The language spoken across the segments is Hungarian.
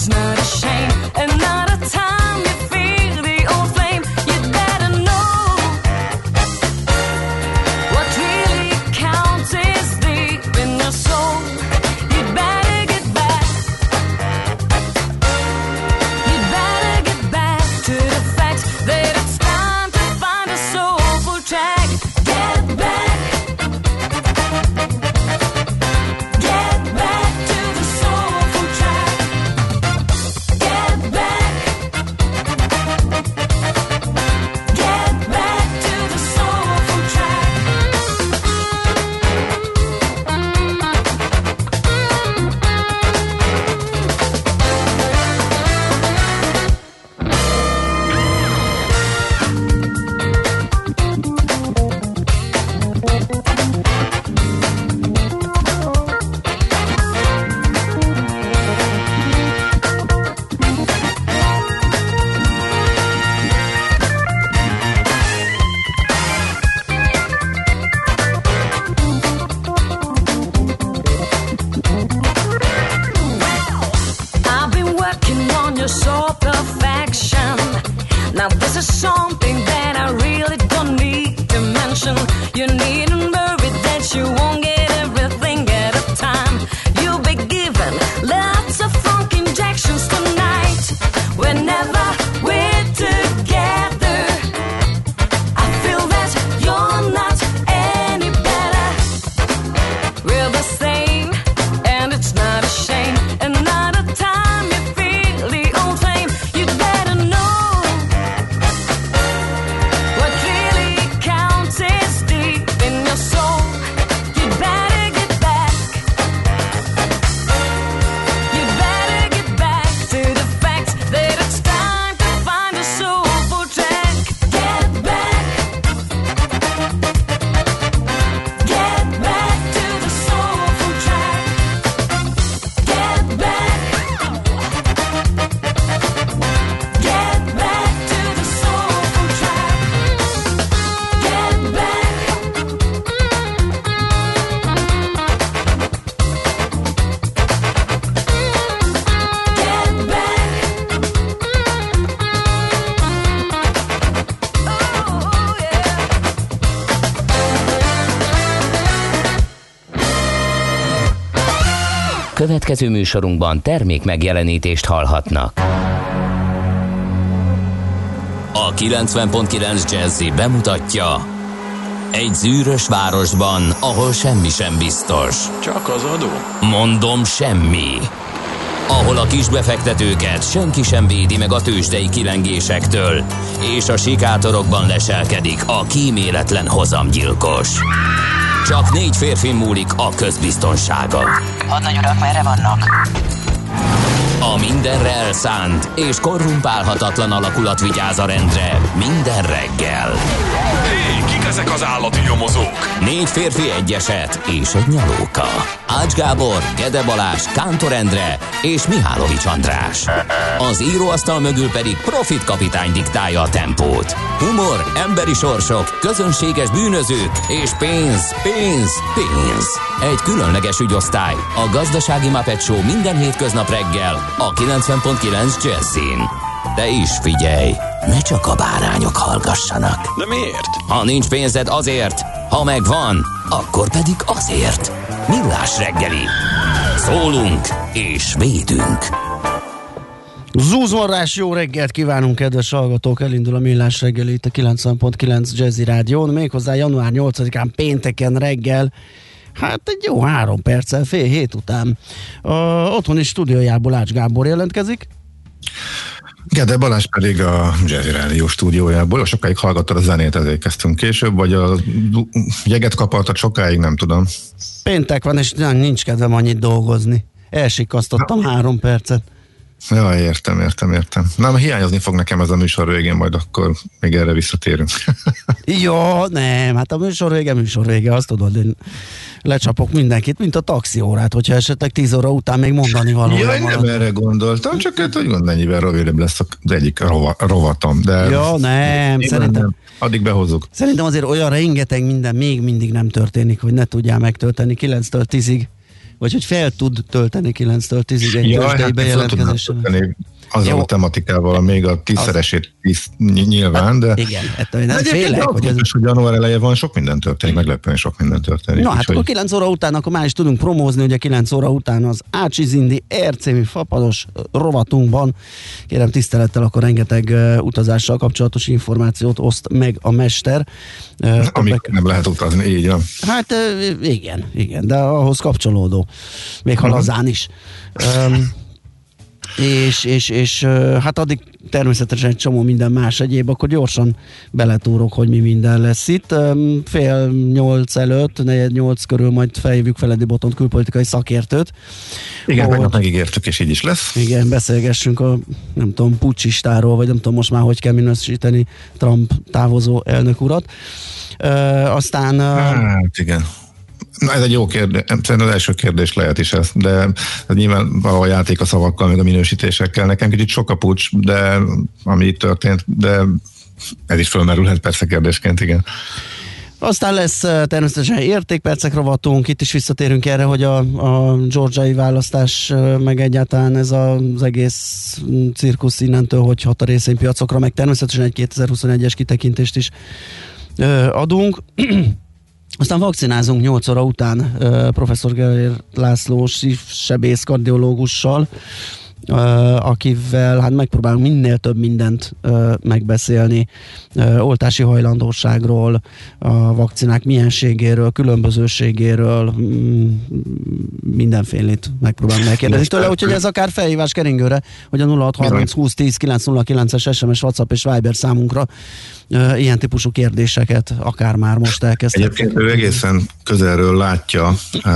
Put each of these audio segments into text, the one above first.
it's not a shame and not a time you feel the old flame. You'd better know what really counts is deep in your soul. You'd better get back. You'd better get back to the facts that it's time to find a soulful track. Get back. Get back to the soulful track. Get back. Get back to the soulful track. I've been working on your soul perfection. Now this is something that I really don't need to mention. You needn't worry that you won't get everything at a time. You'll be given lots of funk injections tonight. Whenever we're together, I feel that you're not any better. We're the same, and it's not a shame, and not a time you feel the old flame. You'd better know what really counts is deep in your soul. You'd better get back. You'd better get back to the facts that it's time to find a soulful track. Get back. Get back to the soulful track. Get back. Get back to the soulful track. Get back. Get back. Oh, yeah. Következő műsorunkban termék megjelenítést hallhatnak. A 90.9 Jazzy bemutatja: egy zűrös városban, ahol semmi sem biztos. Csak az adó? Mondom, semmi. Ahol a kisbefektetőket senki sem védi meg a tőzsdei kilengésektől, és a sikátorokban leselkedik a kíméletlen hozamgyilkos. Csak 4 férfi múlik a közbiztonsága. Hadnagy urak, merre vannak? A mindenre elszánt és korrumpálhatatlan alakulat vigyáz a rendre minden reggel. Hé, kik ezek az állati nyomozók? 4 férfi, egy eset és egy nyalóka. Ács Gábor, Gede Balázs, Kántor Endre és Mihálovics András. Az íróasztal mögül pedig Profit kapitány diktálja a tempót. Humor, emberi sorsok, közönséges bűnözők és pénz, pénz, pénz. Egy különleges ügyosztály, a Gazdasági Muppet Show minden hétköznap reggel a 90.9 Jazzyn. De is figyelj, ne csak a bárányok hallgassanak. De miért? Ha nincs pénzed, azért, ha megvan, akkor pedig azért. Millás reggeli. Szólunk és védünk. Zúzmorrás, jó reggelt kívánunk, kedves hallgatók! Elindul a Millás reggeli itt a 90.9 Jazzy Rádión, méghozzá január 8-án pénteken reggel, hát egy jó 3 perccel, fél hét után. Otthoni stúdiójából Ács Gábor jelentkezik. Gede Balázs pedig a Jazzy Rádió stúdiójából. Sokáig hallgattad a zenét, ezért kezdtünk később, vagy a jeget kapartad sokáig, nem tudom. Péntek van, és nincs kedvem annyit dolgozni. Elsikasztottam 3 percet. Ja, értem. Na, hiányozni fog nekem ez a műsor végén, majd akkor még erre visszatérünk. Jó, nem, hát a műsor vége, azt tudod, én lecsapok mindenkit, mint a taxiórát, hogyha esetleg 10 óra után még mondani való. Jaj, nem erre gondoltam, csak hát, hogy mennyivel rövidebb lesz az egyik rovatom. De ja, nem, szerintem. Addig behozzuk. Szerintem azért olyan rengeteg minden még mindig nem történik, hogy ne tudjál megtölteni 9-től 10-ig Vagy hogy fel tud tölteni 9-től 10-ig egy tőzsdei bejelentkezésen. Azzal a tematikával még a 10-szeresét nyilván, de... Igen, ettől nem félek. Hogy január eleje van, sok minden történik, meglepően sok minden történik. Na hát akkor 9 óra után, akkor már is tudunk promózni, ugye 9 óra után az Ácsi Zindi című fapados rovatunkban. Kérem tisztelettel, akkor rengeteg utazással kapcsolatos információt oszt meg a mester. Amikor nem lehet utazni, így van. Hát igen, de ahhoz kapcsolódó. Még ha lazán is. És hát addig természetesen egy csomó minden más egyéb, akkor gyorsan beletúrok, hogy mi minden lesz itt. 7:30 előtt, 7:45 körül majd felhívjuk Feledi Botont külpolitikai szakértőt. Igen, tegnap megígértük, és így is lesz. Igen, beszélgessünk a, nem tudom, puccsistáról, vagy nem tudom most már, hogy kell minősíteni Trump távozó elnök urat. Aztán... Hát igen. Na, ez egy jó kérdés. Szerintem az első kérdés lehet is ez, de ez nyilván valahol játék a szavakkal, meg a minősítésekkel. Nekem kicsit sok a pucs, de ami itt történt, de ez is fölmerülhet persze kérdésként, igen. Aztán lesz természetesen értékpercek rovatunk, itt is visszatérünk erre, hogy a georgiai választás, meg egyáltalán ez az egész cirkusz innentől, hogy hat a részvénypiacokra, meg természetesen egy 2021-es kitekintést is adunk. Aztán vakcinázunk 8 óra után professzor Gellér László szívsebész kardiológussal, akivel hát megpróbálunk minél több mindent megbeszélni, oltási hajlandóságról, a vakcinák mienségéről, különbözőségéről, mindenfélét megpróbálunk megkérdezni tőle, úgyhogy ez akár felhívás keringőre, hogy a 0630 20 10 909-es SMS, WhatsApp és Viber számunkra ilyen típusú kérdéseket akár már most elkezdtek. Egyébként ő egészen közelről látja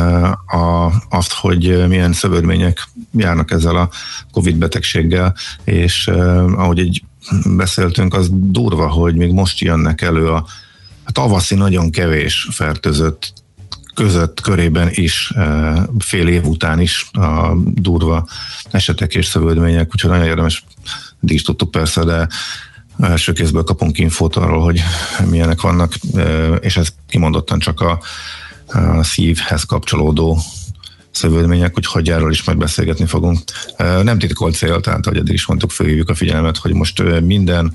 azt, hogy milyen szövődmények járnak ezzel a Covid betegséggel, és ahogy így beszéltünk, az durva, hogy még most jönnek elő a tavaszi nagyon kevés fertőzött körében is, fél év után is a durva esetek és szövődmények, úgyhogy nagyon érdemes, eddig is tudtuk persze, de első kézből kapunk infót arról, hogy milyenek vannak, és ez kimondottan csak a szívhez kapcsolódó szövődmények, úgyhogy erről is majd beszélgetni fogunk. Nem titkolt cél, tehát ahogy eddig is mondtuk, felhívjuk a figyelmet, hogy most minden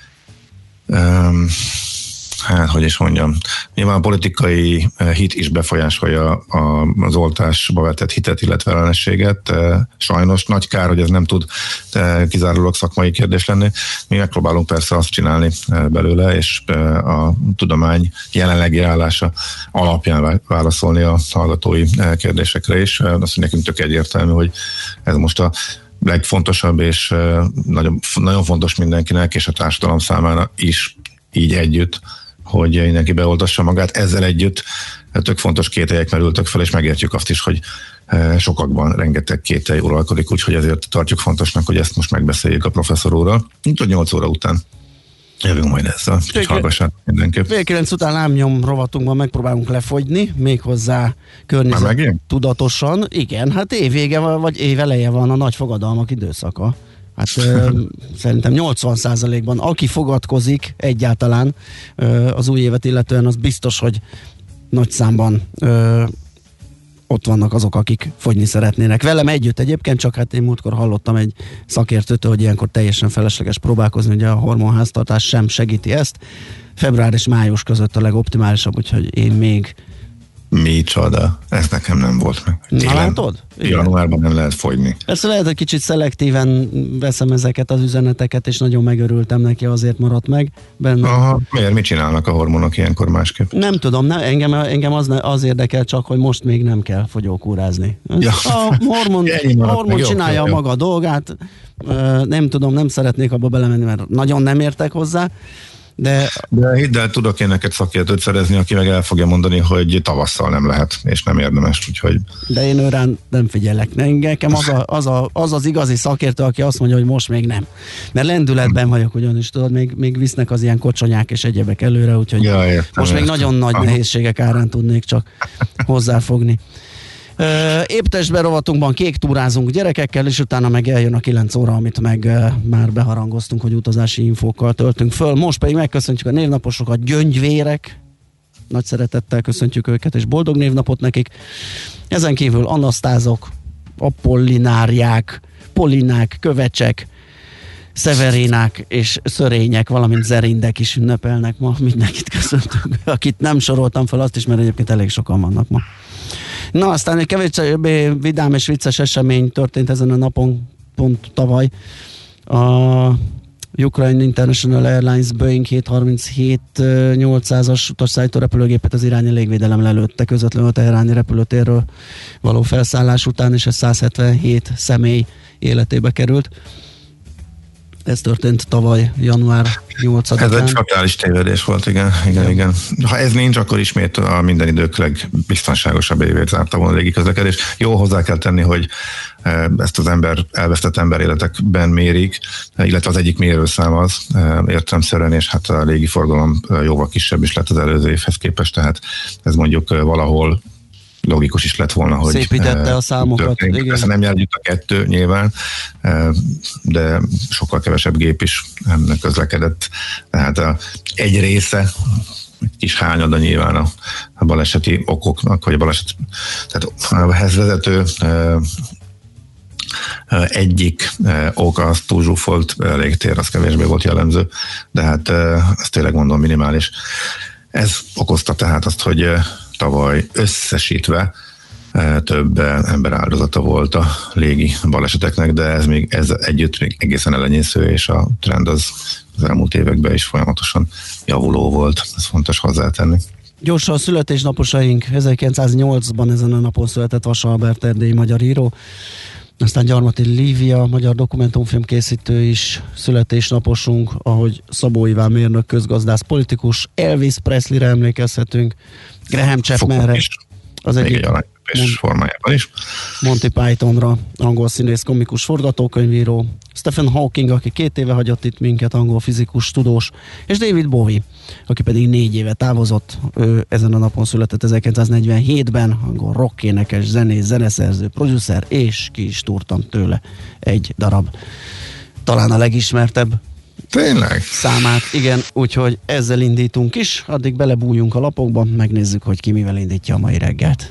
hogy is mondjam, nyilván a politikai hit is befolyásolja az oltásba vetett hitet, illetve ellenességet. Sajnos nagy kár, hogy ez nem tud kizárólag szakmai kérdés lenni. Mi megpróbálunk persze azt csinálni belőle, és a tudomány jelenlegi állása alapján válaszolni a hallgatói kérdésekre is. Azt, hogy nekünk tök egyértelmű, hogy ez most a legfontosabb, és nagyon, nagyon fontos mindenkinek, és a társadalom számára is így együtt, hogy mindenki beoltassa magát. Ezzel együtt tök fontos kételyek merültek fel, és megértjük azt is, hogy sokakban rengeteg kételj uralkodik, úgyhogy ezért tartjuk fontosnak, hogy ezt most megbeszéljük a professzor úrral. Úgyhogy 8 óra után jövünk majd ezzel, hogy hallgassák mindenképp. Fél 9 után lámnyom rovatunkban megpróbálunk lefogyni, méghozzá környezet tudatosan. Igen, hát évvége vagy éveleje van a nagy fogadalmak időszaka. Hát szerintem 80%-ban aki fogadkozik egyáltalán az új évet illetően, az biztos, hogy nagy számban ott vannak azok, akik fogyni szeretnének. Velem együtt egyébként, csak hát én múltkor hallottam egy szakértőtől, hogy ilyenkor teljesen felesleges próbálkozni, ugye a hormonháztartás sem segíti ezt. Február és május között a legoptimálisabb, úgyhogy én még... Micsoda, ez nekem nem volt meg. Na látod? Januárban nem lehet fogyni. Persze lehet, hogy kicsit szelektíven veszem ezeket az üzeneteket, és nagyon megörültem neki, azért maradt meg benne. Aha, miért? Mit csinálnak a hormonok ilyenkor másképp? Nem tudom, engem az érdekel csak, hogy most még nem kell fogyókúrázni. Ja. A hormon csinálja a maga dolgát, nem tudom, nem szeretnék abba belemenni, mert nagyon nem értek hozzá. De hidd el, tudok én neked szakértőt szerezni, aki meg el fogja mondani, hogy tavasszal nem lehet, és nem érdemes, úgyhogy... De én őrán nem figyelek. Nekem az igazi szakértő, aki azt mondja, hogy most még nem. Mert lendületben vagyok, ugyanis tudod, még visznek az ilyen kocsonyák és egyebek előre, úgyhogy értem, most még nagyon nagy nehézségek árán tudnék csak hozzáfogni. Épp testben rovatunkban kék túrázunk gyerekekkel, és utána meg eljön a 9 óra, amit meg már beharangoztunk, hogy utazási infókkal töltünk föl. Most pedig megköszöntjük a névnaposokat, Gyöngyvérek Nagy szeretettel köszöntjük őket, és boldog névnapot nekik. Ezen kívül anasztázok, apollináriák, polinák, kövecsek, szeverénák és szörények, valamint zerindek is ünnepelnek ma. Mindenkit köszöntünk. Akit nem soroltam fel, azt is, mert egyébként elég sokan vannak ma. Na, aztán egy kevésbé vidám és vicces esemény történt ezen a napon, pont tavaly. A Ukraine International Airlines Boeing 737-800-as utasszállító repülőgépet az iráni légvédelem lelőtte közvetlenül a teheráni repülőtérről való felszállás után, és ez 177 személy életébe került. Ez történt tavaly, január 8-án. Ez egy fatális tévedés volt, igen. Ha ez nincs, akkor ismét a minden idők legbiztonságosabb évét zárta volna a légiközlekedés. Jó, hozzá kell tenni, hogy ezt az elvesztett emberéletekben mérik, illetve az egyik mérőszám az értelemszerűen, és hát a légiforgalom jóval kisebb is lett az előző évhez képest, tehát ez mondjuk valahol logikus is lett volna, hogy szépítette a számokat. Persze nem jár együtt a kettő nyilván, de sokkal kevesebb gép is közlekedett. Tehát egy része, egy kis hányada nyilván a baleseti okoknak, vagy a baleset, tehát ehhez vezető egyik oka az túlzsúfolt légtér, az kevésbé volt jellemző, de hát ezt tényleg mondom minimális. Ez okozta tehát azt, hogy tavaly összesítve több ember áldozata volt a légi baleseteknek, de ez együtt még egészen elenyésző, és a trend az elmúlt években is folyamatosan javuló volt. Ez fontos hozzátenni. Gyorsan a születésnaposaink. 1908-ban ezen a napon született Vasa Albert erdélyi magyar író. Aztán Gyarmati Lívia, magyar dokumentumfilmkészítő is születésnaposunk, ahogy Szabó Iván mérnök, közgazdász, politikus, Elvis Presleyre emlékezhetünk, Graham Chapmanre, az egyik formájában is. Monty Pythonra, angol színész, komikus, forgatókönyvíró, Stephen Hawking, aki 2 éve hagyott itt minket, angol fizikus, tudós, és David Bowie, aki pedig 4 éve távozott. Ő ezen a napon született 1947-ben, angol rockénekes, zenész, zeneszerző, producer, és ki is túrtam tőle egy darab, talán a legismertebb tényleg számát, igen, úgyhogy ezzel indítunk is, addig belebújjunk a lapokba, megnézzük, hogy ki mivel indítja a mai reggelt.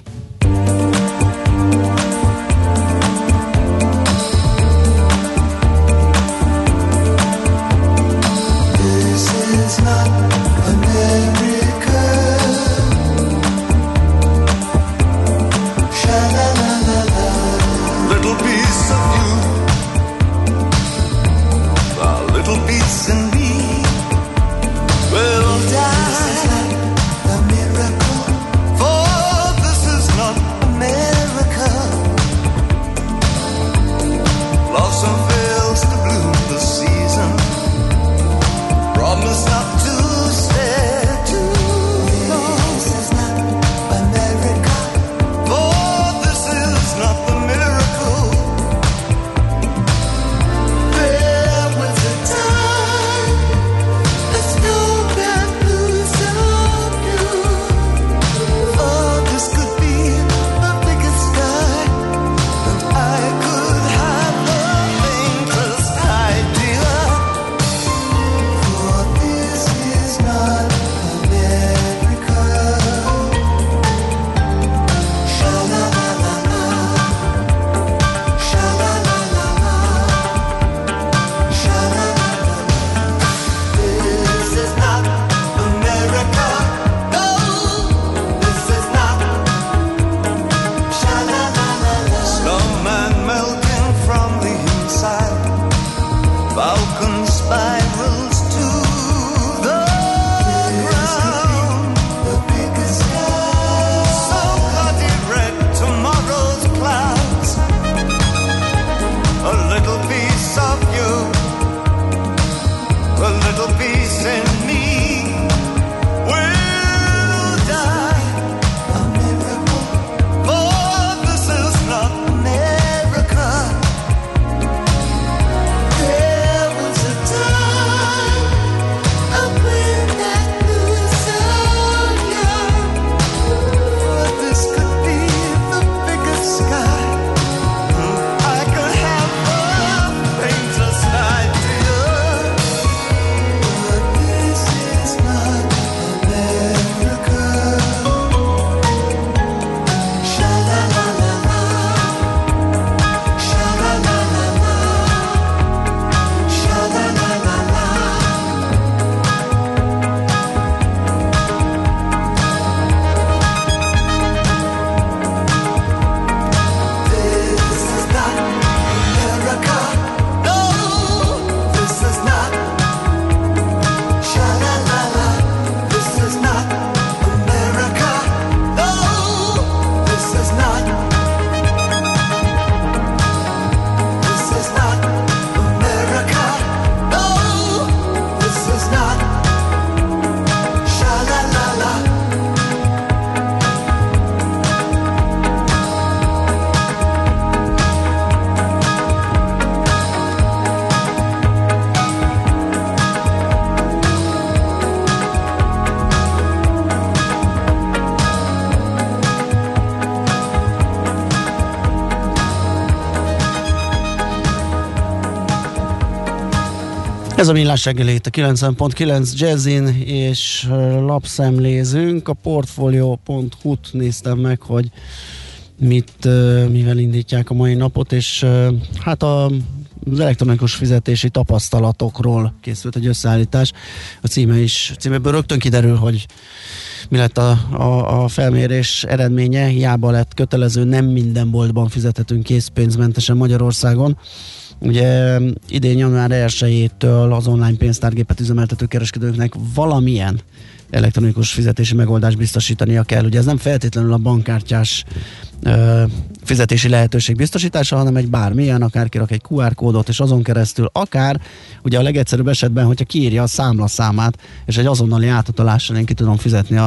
Ez a Millás reggeli itt a 90.9 Jazzin, és lapszemlézünk. A Portfolio.hu-t néztem meg, hogy mivel indítják a mai napot, és hát az elektronikus fizetési tapasztalatokról készült egy összeállítás. A címéből rögtön kiderül, hogy mi lett a felmérés eredménye. Hiába lett kötelező, nem minden boltban fizethetünk készpénzmentesen Magyarországon. Ugye idén január 1-től az online pénztárgépet üzemeltető kereskedőknek valamilyen elektronikus fizetési megoldást biztosítania kell. Ugye ez nem feltétlenül a bankkártyás fizetési lehetőség biztosítása, hanem egy bármilyen, akár kirak egy QR kódot, és azon keresztül akár, ugye a legegyszerűbb esetben, hogyha kiírja a számlaszámát, és egy azonnali átutalással én ki tudom fizetni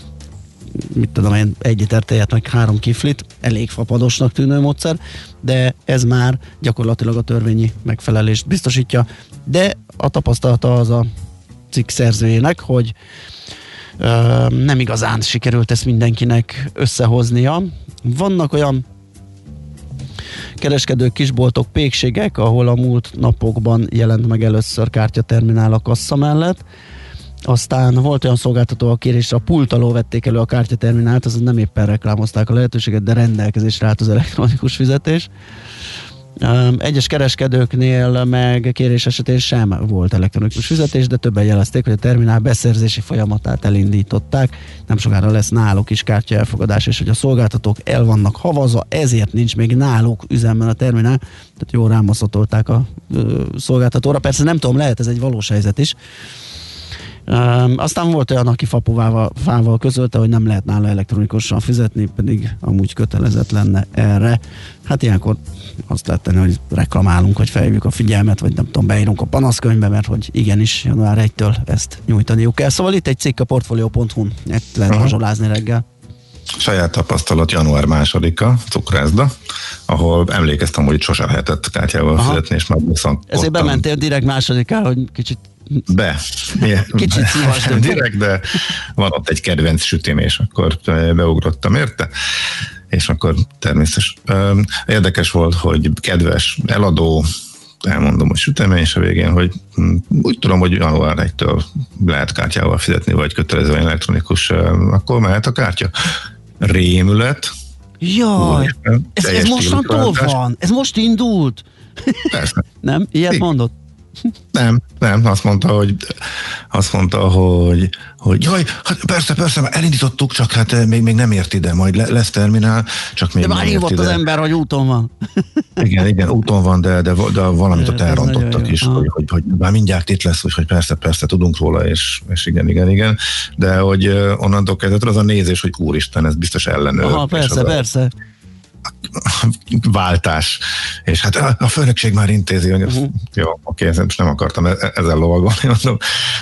egy liter tejet, meg 3 kiflit, elég fapadosnak tűnő módszer, de ez már gyakorlatilag a törvényi megfelelést biztosítja, de a tapasztalata az a cikk szerzőjének, hogy nem igazán sikerült ezt mindenkinek összehoznia. Vannak olyan kereskedők, kisboltok, pékségek, ahol a múlt napokban jelent meg először kártyaterminál a kassa mellett. Aztán volt olyan szolgáltató, a kérésre a pult alól vették elő a kártyaterminált, azon nem éppen reklámozták a lehetőséget, de rendelkezésre állt az elektronikus fizetés. Egyes kereskedőknél meg kérés esetén sem volt elektronikus fizetés, de többen jelezték, hogy a terminál beszerzési folyamatát elindították. Nem sokára lesz náluk is kártya elfogadás, és hogy a szolgáltatók el vannak havazva, ezért nincs még náluk üzemben a terminál. Tehát jól rámaszatolták a szolgáltatóra. Persze nem tudom, lehet ez egy valós helyzet is. Aztán volt olyan, aki fával közölte, hogy nem lehet nála elektronikusan fizetni, pedig amúgy kötelezett lenne erre. Hát ilyenkor azt lehet tenni, hogy reklamálunk, hogy felhívjuk a figyelmet, vagy nem tudom, beírunk a panaszkönyvbe, mert hogy igenis január 1-től ezt nyújtaniuk kell. Szóval itt egy cikk a Portfolio.hu-n, ezt lehet mazsolázni reggel. Saját tapasztalat január 2-a, cukrászda, ahol emlékeztem, hogy sosem lehetett kártyával fizetni, és már viszont ezért bementél direkt 2-án, hogy kicsit kicsit szívasd. Direkt, de van ott egy kedvenc sütim, és akkor beugrottam érte, és akkor természetes. Érdekes volt, hogy kedves eladó, elmondom, hogy sütemény, és a végén, hogy úgy tudom, hogy január 1-től lehet kártyával fizetni, vagy kötelezően elektronikus, akkor mehet a kártya. Rémület. Jaj, ez mostantól van, ez most indult. Persze. Nem? Ilyet mondott? Nem, azt mondta, hogy jaj, hát persze, már elindítottuk, csak hát még nem ért ide, majd lesz terminál, csak még de nem ért ide. De már hívott az ember, hogy úton van. Igen, úton van, de valamit ott elrontottak is, hogy már mindjárt itt lesz, hogy persze, tudunk róla, és igen, de hogy onnantól kezdve az a nézés, hogy úristen, ez biztos ellenőr. Aha, persze. Váltás. És hát a főnökség már intézi, hogy jó, oké, most nem akartam ezzel lovagolni, mondom.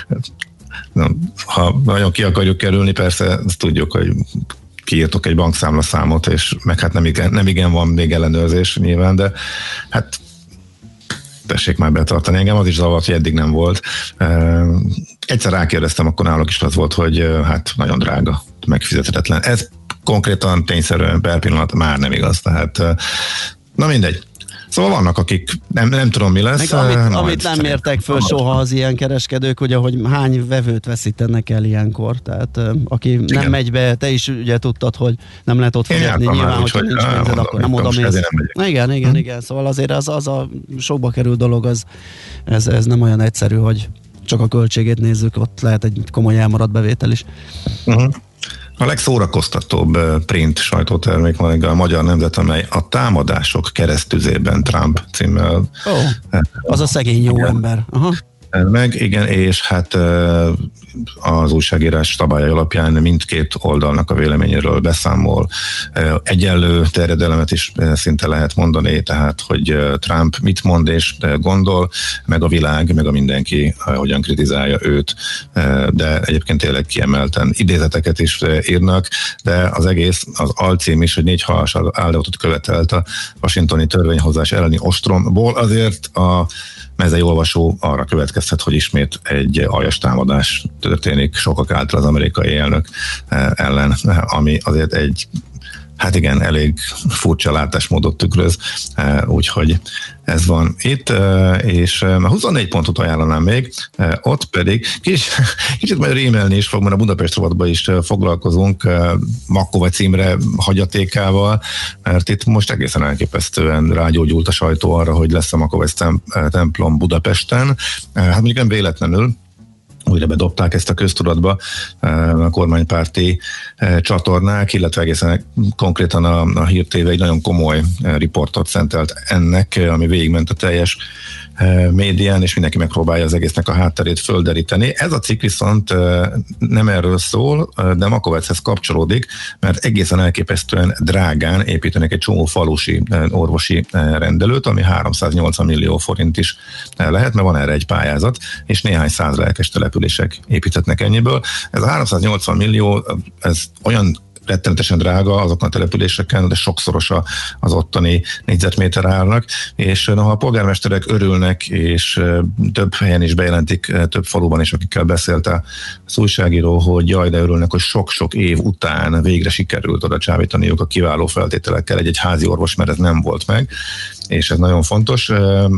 Ha nagyon ki akarjuk kerülni, persze azt tudjuk, hogy kiírtok egy bankszámlaszámot, és meg hát nem igen van még ellenőrzés nyilván, de hát tessék már betartani. Engem az is zavart, hogy eddig nem volt. Egyszer rákérdeztem, akkor náluk is az volt, hogy hát nagyon drága, megfizethetetlen. Ez konkrétan tényszerűen per pillanat már nem igaz, tehát na mindegy. Szóval vannak, akik nem tudom, mi lesz. Amit nem értek föl soha az ilyen kereskedők, ugye, hogy hány vevőt veszítenek el ilyenkor. Tehát aki nem megy be, te is ugye tudtad, hogy nem lehet ott fizetni. Nyilván, hogyha nincs pénzed, akkor nem oda mész. Igen. Szóval azért az a sokba kerül dolog, ez nem olyan egyszerű, hogy csak a költségét nézzük, ott lehet egy komoly elmaradt bevétel is. A legszórakoztatóbb print sajtótermék van a Magyar Nemzet, amely a támadások keresztüzében Trump címmel. Az a szegény jó ember. Aha. Igen, és hát az újságírás szabályai alapján mindkét oldalnak a véleményéről beszámol. Egyenlő terjedelmet is szinte lehet mondani, tehát, hogy Trump mit mond és gondol, meg a világ, meg a mindenki hogyan kritizálja őt, de egyébként tényleg kiemelten idézeteket is írnak, de az egész, az alcím is, hogy 4 halálos áldozatot követelt a washingtoni törvényhozás elleni ostromból, azért a mezei olvasó arra következtet, hogy ismét egy aljas támadás történik sokak által az amerikai elnök ellen, ami azért egy hát igen, elég furcsa látásmódot tükröz, úgyhogy ez van itt, és 24 pontot ajánlanám még, ott pedig kicsit majd rémelni is fog, mert a Budapest rovatban is foglalkozunk Makkovac Imre hagyatékával, mert itt most egészen elképesztően rágyógyult a sajtó arra, hogy lesz a Makkovac templom Budapesten. Hát mondjuk nem véletlenül, újra bedobták ezt a köztudatba a kormánypárti csatornák, illetve egészen konkrétan a Hír TV egy nagyon komoly riportot szentelt ennek, ami végigment a teljes médián, és mindenki megpróbálja az egésznek a hátterét földeríteni. Ez a cikk viszont nem erről szól, de Makkovechez kapcsolódik, mert egészen elképesztően drágán építenek egy csomó falusi orvosi rendelőt, ami 380 millió forint is lehet, mert van erre egy pályázat, és néhány száz lelkes települések építhetnek ennyiből. Ez a 380 millió, ez olyan rettenetesen drága azokon a településeken, de sokszoros az ottani négyzetméter árnak, és noha a polgármesterek örülnek, és több helyen is bejelentik, több faluban is, akikkel beszélt az újságíró, hogy jaj, de örülnek, hogy sok-sok év után végre sikerült oda csábítaniuk a kiváló feltételekkel egy házi orvos, mert ez nem volt meg, és ez nagyon fontos.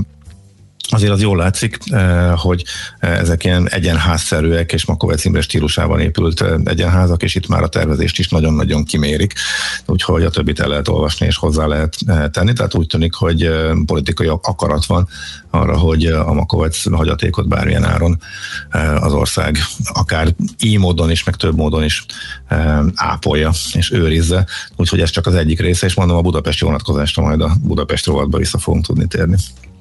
Azért az jól látszik, hogy ezek ilyen egyenházszerűek és Makkovec Imre stílusában épült egyenházak, és itt már a tervezést is nagyon-nagyon kimérik, úgyhogy a többit el lehet olvasni és hozzá lehet tenni, tehát úgy tűnik, hogy politikai akarat van arra, hogy a Makkovec hagyatékot bármilyen áron az ország akár így módon is, meg több módon is ápolja és őrizze, úgyhogy ez csak az egyik része, és mondom, a budapesti vonatkozásra majd a Budapest rovatba vissza fogunk tudni térni.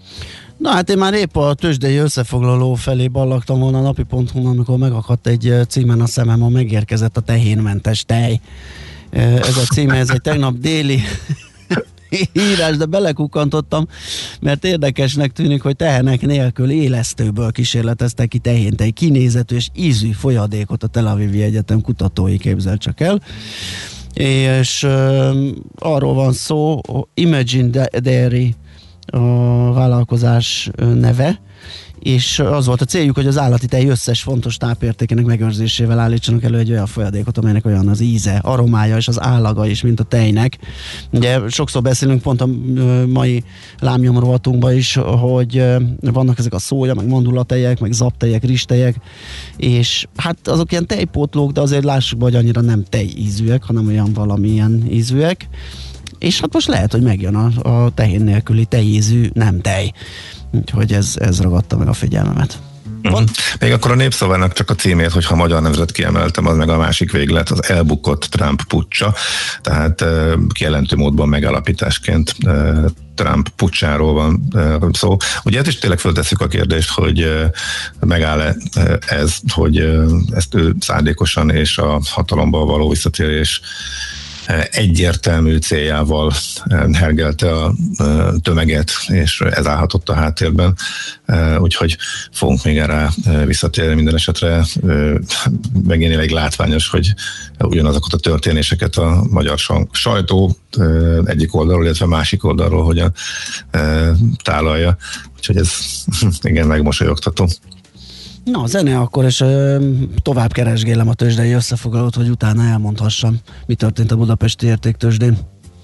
Na hát én már épp a tőzsdei összefoglaló felé ballagtam volna a napi.hu-n, amikor megakadt egy címen a szemem, a megérkezett a tehénmentes tej. Ez a címe, ez egy tegnap déli írás, de belekukkantottam, mert érdekesnek tűnik, hogy tehenek nélkül élesztőből kísérleteztek ki tehéntej kinézetű és ízű folyadékot a Tel Avivi Egyetem kutatói, képzel csak el. És arról van szó, Imagine Dairy a vállalkozás neve, és az volt a céljuk, hogy az állati tej összes fontos tápértékének megőrzésével állítsanak elő egy olyan folyadékot, amelynek olyan az íze, aromája és az állaga is, mint a tejnek. Ugye sokszor beszélünk pont a mai lámnyom rovatunkban is, hogy vannak ezek a szója, meg mandulatejek, meg zaptejek, rizstejek, és hát azok ilyen tejpótlók, de azért lássuk be, hogy annyira nem tejízűek, hanem olyan valamilyen ízűek. És hát most lehet, hogy megjön a tehén nélküli tejízű nem tej. Úgyhogy ez ragadta meg a figyelmemet. Még akkor a Népszavának csak a címét, hogyha magyar nemzet kiemeltem, az meg a másik véglet, az elbukott Trump puccsa, tehát kijelentő módban megállapításként Trump puccsáról van szó. Ugye ezt is tényleg föltesszük a kérdést, hogy megáll-e ez, hogy ezt ő szándékosan és a hatalomban való visszatérés egyértelmű céljával hergelte a tömeget, és ez állhatott a háttérben, úgyhogy fogunk még erre visszatérni. Minden esetre megint elég látványos, hogy ugyanazokat a történéseket a magyar sajtó egyik oldalról, illetve másik oldalról hogyan tálalja, úgyhogy ez igen megmosolyogtató. Na, zene akkor, és tovább keresgélem a tőzsdei összefoglalót, hogy utána elmondhassam, mi történt a budapesti értéktőzsdén.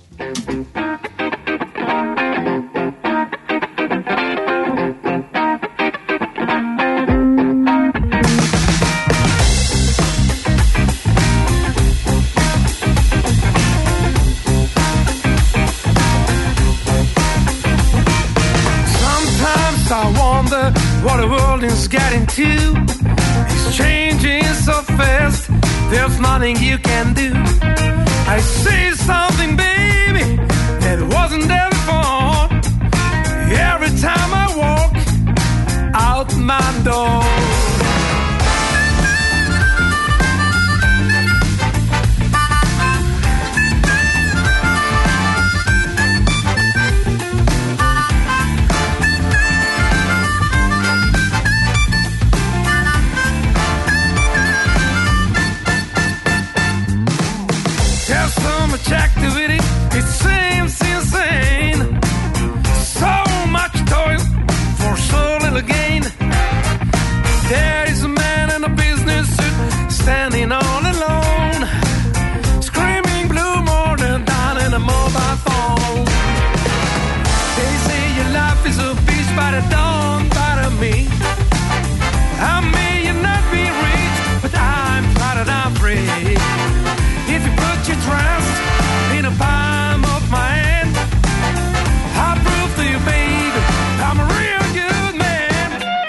What the world is getting to, it's changing so fast, there's nothing you can do. I say something, baby, that wasn't there before. Every time I walk out my door. Activity, it seems insane. So much toil for so little gain. the dawn bother me. I may not be rich, but I'm proud and I'm free. If you put your trust in the palm of my hand, I'll prove to you, baby, I'm a real good man.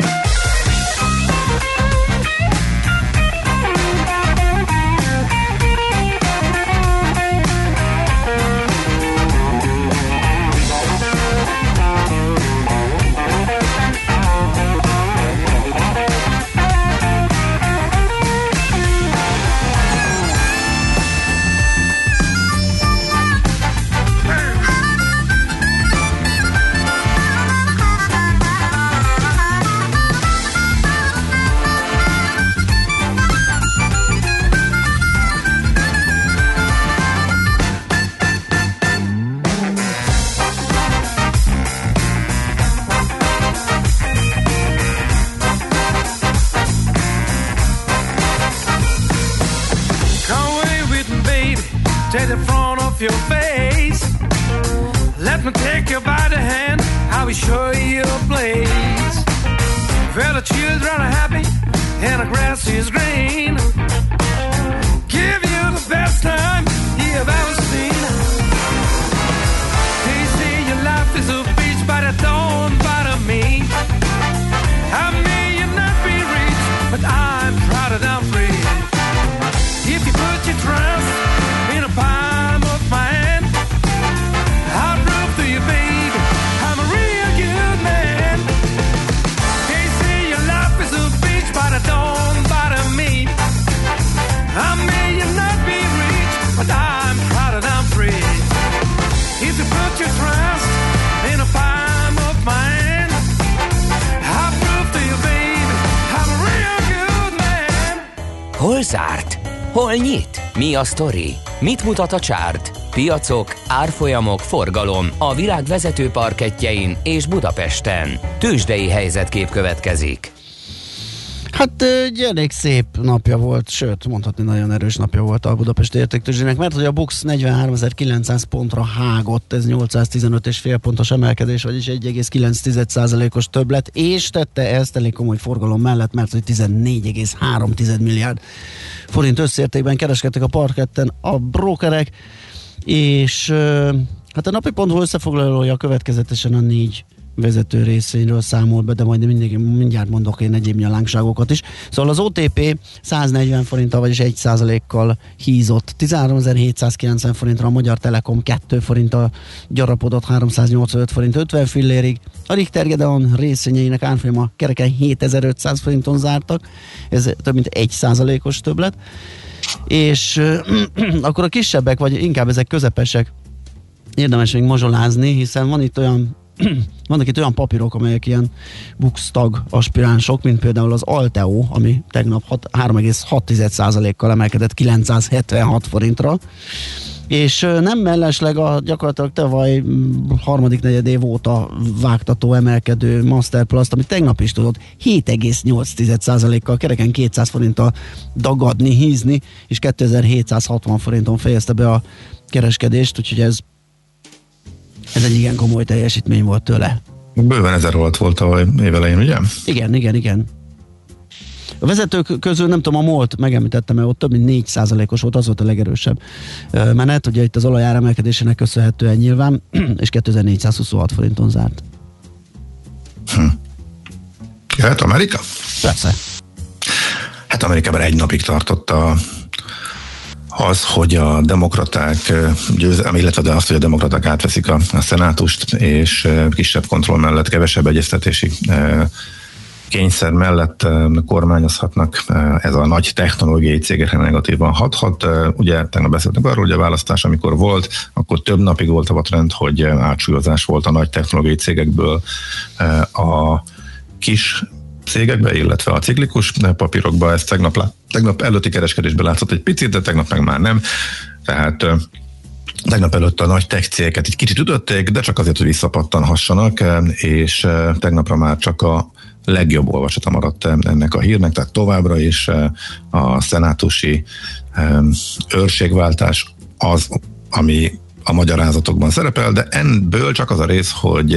Take the front of your face. Let me take you by the hand. I will show you a place where the children are happy and the grass is green. Give you the best time you've ever seen. They say your life is a beach, but I don't bother me. I may not be rich, but I'm proud and I'm free. If you put your trust in the palm of my hand, I'll prove to you, baby, I'm a real good man. They say your life is a beach, but it don't bother me. I may not be rich, but I'm proud and I'm free. If you put your trust in the palm of my hand, I'll prove to you, baby, I'm a real good man. Hol zárt? Hol nyit? Mi a sztori? Mit mutat a csárt? Piacok, árfolyamok, forgalom a világ vezető parkettjein és Budapesten. Tőzsdei helyzetkép következik. Hát egy elég szép napja volt, sőt, mondhatni nagyon erős napja volt a Budapesti Értéktőzsdének, mert hogy a BUX 43.900 pontra hágott, ez 815,5 pontos emelkedés, vagyis 1,9%-os többlet, és tette ezt elég komoly forgalom mellett, mert hogy 14,3 milliárd forint összértékben kereskedtek a parketten a brókerek, és hát a napi.hu összefoglalója következetesen a 4 vezető részényről számol be, de majd mindjárt mondok én egyéb nyalánkságokat is. Szóval az OTP 140 forinttal, vagyis 1%-kal hízott, 13.790 forintra, a Magyar Telekom 2 forinttal gyarapodott, 385 forint 50 fillérig, a Richter Gedeon részvényeinek árfolyama kereken 7500 forinton zártak, ez több mint 1%-os többlet, és akkor a kisebbek, vagy inkább ezek közepesek érdemes még mazsolázni, hiszen vannak itt olyan papírok, amelyek ilyen BUX tag aspiránsok, mint például az Alteo, ami tegnap 3,6%-kal emelkedett 976 forintra, és nem mellesleg a gyakorlatilag tavaly harmadik negyed év óta vágtató emelkedő Masterplast, ami tegnap is tudott 7,8%-kal kereken 200 forinttal dagadni, hízni, és 2760 forinton fejezte be a kereskedést, úgyhogy ez egy igen komoly teljesítmény volt tőle. Bőven 1000 alatt volt a évelején, ugye? Igen. A vezetők közül nem tudom, a MOL-t megemlítettem, mert ott több mint 4%-os volt, az volt a legerősebb menet, ugye itt az olajár emelkedésének köszönhetően nyilván, és 2426 forinton zárt. Jöhet Amerika? Persze. Hát Amerikában egy napig tartott az, hogy a demokraták illetve de azt, hogy a demokraták átveszik a szenátust, és kisebb kontroll mellett, kevesebb egyeztetési kényszer mellett kormányozhatnak, ez a nagy technológiai cégekre negatívan hathat. Ugye tegnap beszéltünk arról, hogy a választás, amikor volt, akkor több napig volt a trend, hogy átsúlyozás volt a nagy technológiai cégekből a kis cégekbe, illetve a ciklikus papírokba. Ez tegnap előtti kereskedésben látszott egy picit, de tegnap meg már nem. Tehát tegnap előtt a nagy tech cégeket egy kicsit ütötték, de csak azért, hogy visszapattanhassanak, és tegnapra már csak a legjobb olvasata maradt ennek a hírnek, tehát továbbra is a szenátusi őrségváltás az, ami a magyarázatokban szerepel, de ebből csak az a rész, hogy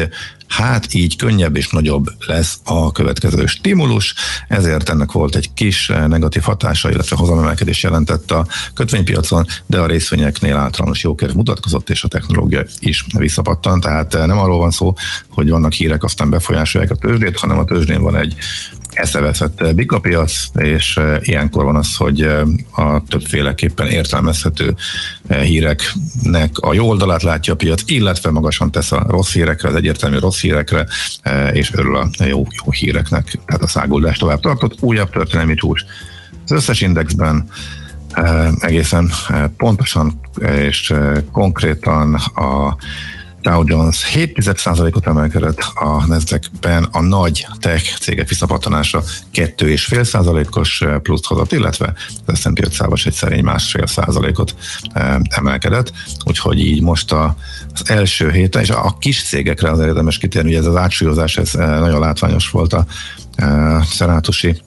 hát így könnyebb és nagyobb lesz a következő stimulus, ezért ennek volt egy kis negatív hatása, illetve hozamemelkedés jelentett a kötvénypiacon, de a részvényeknél általános jókedv mutatkozott, és a technológia is visszapattant, tehát nem arról van szó, hogy vannak hírek, aztán befolyásolják a tőzsdét, hanem a tőzsdén van egy eszeveszett bikapiac, és ilyenkor van az, hogy a többféleképpen értelmezhető híreknek a jó oldalát látja a piac, illetve magasan tesz a rossz hírekre, az egyértelmű rossz hírekre, és örül a jó híreknek, tehát a száguldás tovább tartott. Újabb történelmi csúcs. Az összes indexben egészen pontosan és konkrétan a Dow Jones 0,7%-ot emelkedett, a Nasdaqben a nagy tech cégek visszapattanása 2,5%-os pluszt hozott, illetve az S&P 500-as egy szerény 1,5%-ot emelkedett, úgyhogy így most az első héten, és a kis cégekre az érdemes kitérni, ugye ez az átsúlyozás, ez nagyon látványos volt a szenátusi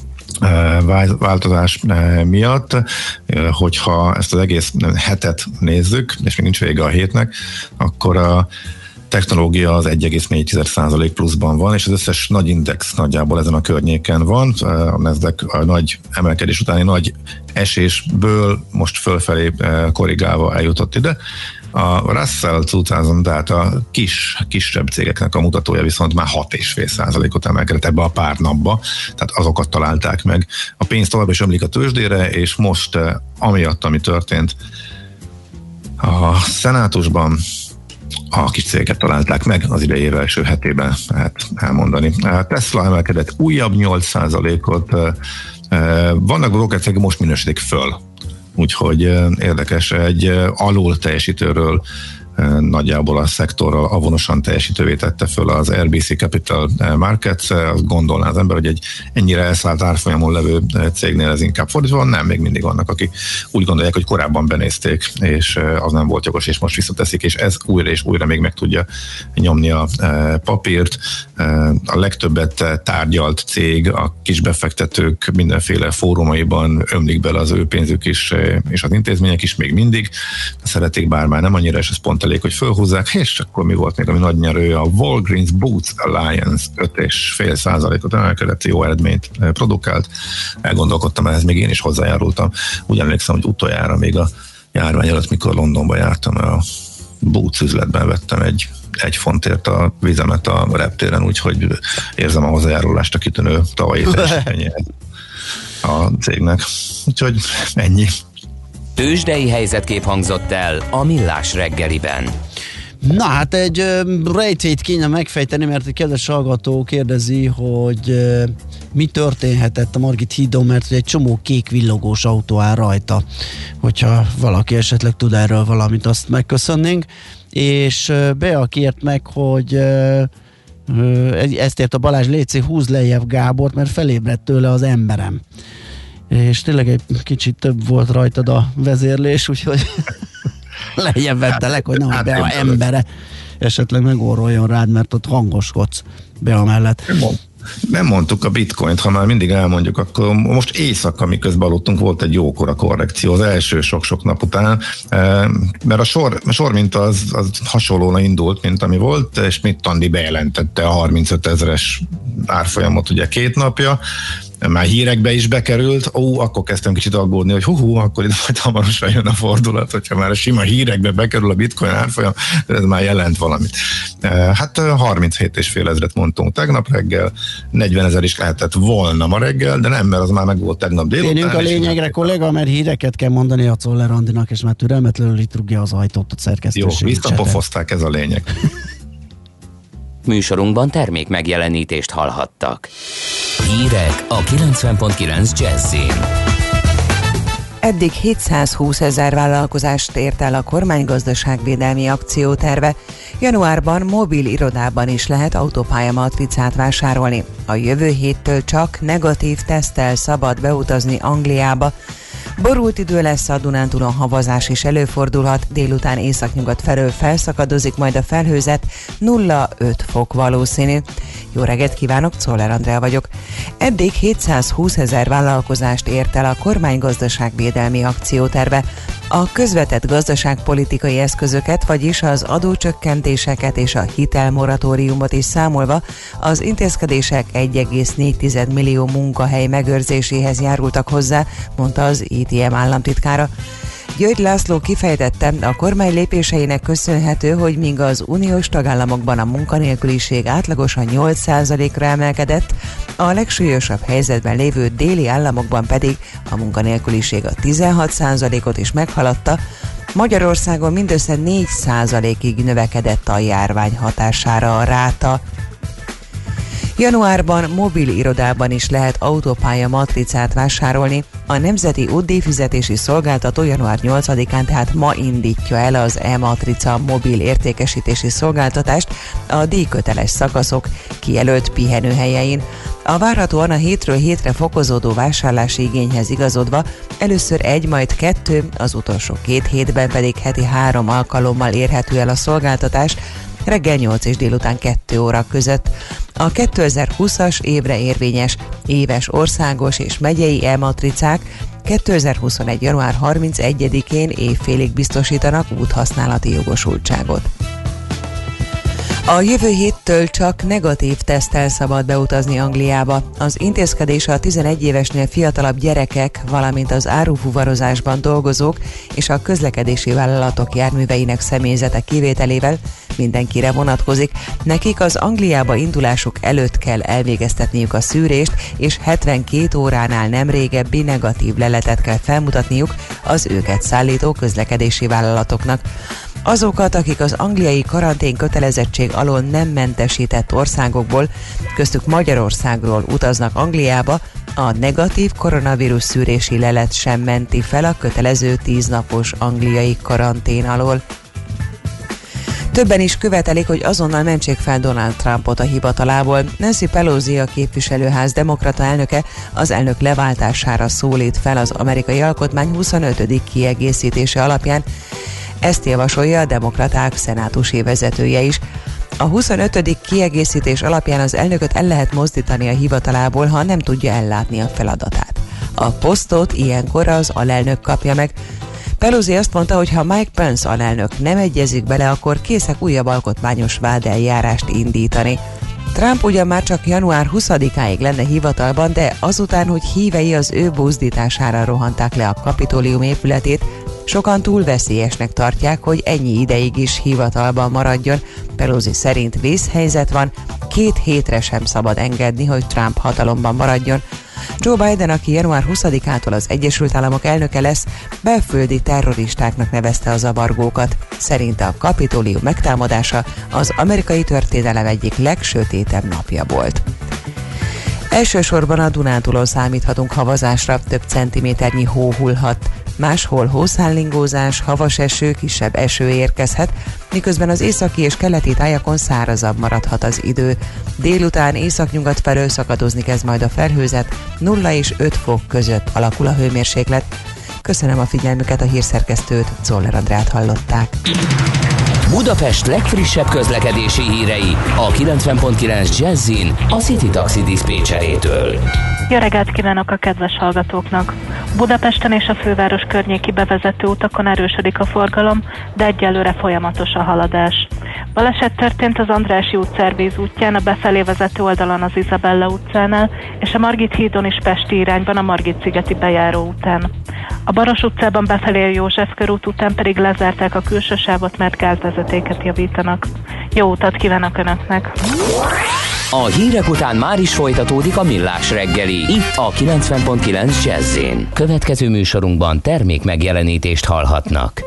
változás miatt, hogyha ezt az egész hetet nézzük, és még nincs vége a hétnek, akkor a technológia az 1,4% pluszban van, és az összes nagy index nagyjából ezen a környéken van. A Nasdaq a nagy emelkedés utáni nagy esésből most fölfelé korrigálva eljutott ide. A Russell 2000, tehát a kisebb cégeknek a mutatója viszont már 6,5%-ot emelkedett ebbe a pár napba, tehát azokat találták meg. A pénz tovább is ömlik a tőzsdére, és most amiatt, ami történt a szenátusban, a kis cégeket találták meg az idei év első hetében, lehet elmondani. A Tesla emelkedett újabb 8%-ot, vannak broker cégek, most minősítik föl. Úgyhogy érdekes, egy alul teljesítőről nagyjából a szektorral avonosan teljesítővé tette föl az RBC Capital Markets. Azt gondolná az ember, hogy egy ennyire elszállt árfolyamon levő cégnél ez inkább fordítva van, nem, még mindig vannak, akik úgy gondolják, hogy korábban benézték, és az nem volt jogos, és most visszateszik, és ez újra és újra még meg tudja nyomni a papírt. A legtöbbet tárgyalt cég, a kisbefektetők mindenféle fórumaiban ömlik bele az ő pénzük is, és az intézmények is még mindig szeretik, bár már nem annyira, és ez pont elég, hogy fölhúzzák, és akkor mi volt még, ami nagy nyerő, a Walgreens Boots Alliance 5,5%-ot emelkedett, jó eredményt produkált. Elgondolkodtam, ehhez még én is hozzájárultam. Úgy emlékszem, hogy utoljára még a járvány előtt, mikor Londonba jártam, a Boots üzletben vettem egy fontért a vizemet a reptéren, úgyhogy érzem a hozzájárulást a kitűnő tavalyi teljesítményéhez a cégnek. Úgyhogy ennyi. Tőzsdei helyzetkép hangzott el a Millás reggeliben. Na hát egy rejtét kéne megfejteni, mert egy kedves hallgató kérdezi, hogy mi történhetett a Margit hídon, mert egy csomó kék villogós autó áll rajta. Hogyha valaki esetleg tud erről valamit, azt megköszönnénk. És Bea kért meg, hogy ezt ért a Balázs, léci, húz lejjebb Gábort, mert felébredt tőle az emberem. És tényleg egy kicsit több volt rajtad a vezérlés, úgyhogy lejjebb vettelek, hogy nehogy Bea embere esetleg megorroljon rád, mert ott hangoskodsz Bea mellett. Nem mondtuk a bitcoint, ha már mindig elmondjuk, akkor most éjszaka, miközben aludtunk, volt egy jókora korrekció az első sok-sok nap után, mert a sor mint az hasonlóan indult, mint ami volt, és Andi bejelentette a 35 000-es árfolyamot ugye 2 napja, már hírekbe is bekerült, akkor kezdtem kicsit aggódni, hogy akkor itt majd hamarosan jön a fordulat, hogyha már a sima hírekbe bekerül a bitcoin árfolyam, ez már jelent valamit. Hát 37,5 ezret mondtunk tegnap reggel, 40 000 is lehetett volna ma reggel, de nem, mert az már meg volt tegnap délután. Térjünk a lényegre, kolléga, mert híreket kell mondani a Czoller Andinak, és már türelmetlenül itt rúgja az ajtót a szerkesztőség. Jó, visszapofozták, ez a lényeg. Műsorunkban termék megjelenítést hallhattak. Hírek a 90.9 Jazzin. Eddig 720 000 vállalkozást ért el a kormány gazdaságvédelmi akcióterve. Januárban mobil irodában is lehet autópályamatricát vásárolni. A jövő héttől csak negatív teszttel szabad beutazni Angliába. Borult idő lesz, a Dunántúlon havazás is előfordulhat, délután északnyugat felől felszakadozik majd a felhőzet, 0-5 fok valószínű. Jó reggelt kívánok, Czoller Andrea vagyok. Eddig 720 000 vállalkozást ért el a kormány gazdaságvédelmi akcióterve. A közvetett gazdaságpolitikai eszközöket, vagyis az adócsökkentéseket és a hitelmoratóriumot is számolva, az intézkedések 1,4 millió munkahely megőrzéséhez járultak hozzá, mondta az ITM államtitkára. György László kifejtette, a kormány lépéseinek köszönhető, hogy míg az uniós tagállamokban a munkanélküliség átlagosan 8%-ra emelkedett, a legsúlyosabb helyzetben lévő déli államokban pedig a munkanélküliség a 16%-ot is meghaladta, Magyarországon mindössze 4%-ig növekedett a járvány hatására a ráta. Januárban mobil irodában is lehet autópálya matricát vásárolni. A Nemzeti Útdíjfizetési Szolgáltató január 8-án, tehát ma indítja el az e-matrica mobil értékesítési szolgáltatást a díjköteles szakaszok kijelölt pihenőhelyein. A várhatóan a hétről hétre fokozódó vásárlási igényhez igazodva először 1, majd 2, az utolsó 2 hétben pedig heti 3 alkalommal érhető el a szolgáltatás, reggel 8 és délután 2 óra között. A 2020-as évre érvényes éves országos és megyei e-matricák 2021. január 31-én évfélig biztosítanak úthasználati jogosultságot. A jövő héttől csak negatív teszttel szabad beutazni Angliába. Az intézkedés a 11 évesnél fiatalabb gyerekek, valamint az árufuvarozásban dolgozók és a közlekedési vállalatok járműveinek személyzete kivételével mindenkire vonatkozik. Nekik az Angliába indulásuk előtt kell elvégeztetniük a szűrést, és 72 óránál nem régebbi negatív leletet kell felmutatniuk az őket szállító közlekedési vállalatoknak. Azokat, akik az angliai karantén kötelezettség alól nem mentesített országokból, köztük Magyarországról utaznak Angliába, a negatív koronavírus szűrési lelet sem menti fel a kötelező 10 napos angliai karantén alól. Többen is követelik, hogy azonnal mentsék fel Donald Trumpot a hivatalából. Nancy Pelosi, a képviselőház demokrata elnöke, az elnök leváltására szólít fel az amerikai alkotmány 25. kiegészítése alapján. Ezt javasolja a demokraták szenátusi vezetője is. A 25. kiegészítés alapján az elnököt el lehet mozdítani a hivatalából, ha nem tudja ellátni a feladatát. A posztot ilyenkor az alelnök kapja meg. Pelosi azt mondta, hogy ha Mike Pence alelnök nem egyezik bele, akkor készek újabb alkotmányos vádeljárást indítani. Trump ugyan már csak január 20-áig lenne hivatalban, de azután, hogy hívei az ő buzdítására rohanták le a Kapitolium épületét, sokan túl veszélyesnek tartják, hogy ennyi ideig is hivatalban maradjon. Pelosi szerint vészhelyzet van, 2 hétre sem szabad engedni, hogy Trump hatalomban maradjon. Joe Biden, aki január 20-ától az Egyesült Államok elnöke lesz, belföldi terroristáknak nevezte a zavargókat. Szerinte a Kapitolium megtámadása az amerikai történelem egyik legsötétebb napja volt. Elsősorban a Dunántúlon számíthatunk havazásra, több centiméternyi hó hullhat. Máshol hószállingózás, havas eső, kisebb eső érkezhet, miközben az északi és keleti tájakon szárazabb maradhat az idő. Délután északnyugat felől szakadozni kezd majd a felhőzet, 0 és 5 fok között alakul a hőmérséklet. Köszönöm a figyelmüket, a hírszerkesztőt, Czoller Andrát hallották. Budapest legfrissebb közlekedési hírei a 90.9 Jazzin a City Taxi diszpécserétől. Jó reggelt kívánok a kedves hallgatóknak! Budapesten és a főváros környéki bevezető utakon erősödik a forgalom, de egyelőre folyamatos a haladás. Baleset történt az Andrássy út Szervíz útján, a befelé vezető oldalon az Izabella utcánál, és a Margit hídon is pesti irányban a Margit-szigeti bejáró után. A Baros utcában befelé a József körút után pedig lezárták a külső sávot, mert gázvezetéket javítanak. Jó utat kívánok Önöknek! A hírek után már is folytatódik a Millás reggeli, itt a 90.9 Jazz-én. Következő műsorunkban termék megjelenítést hallhatnak.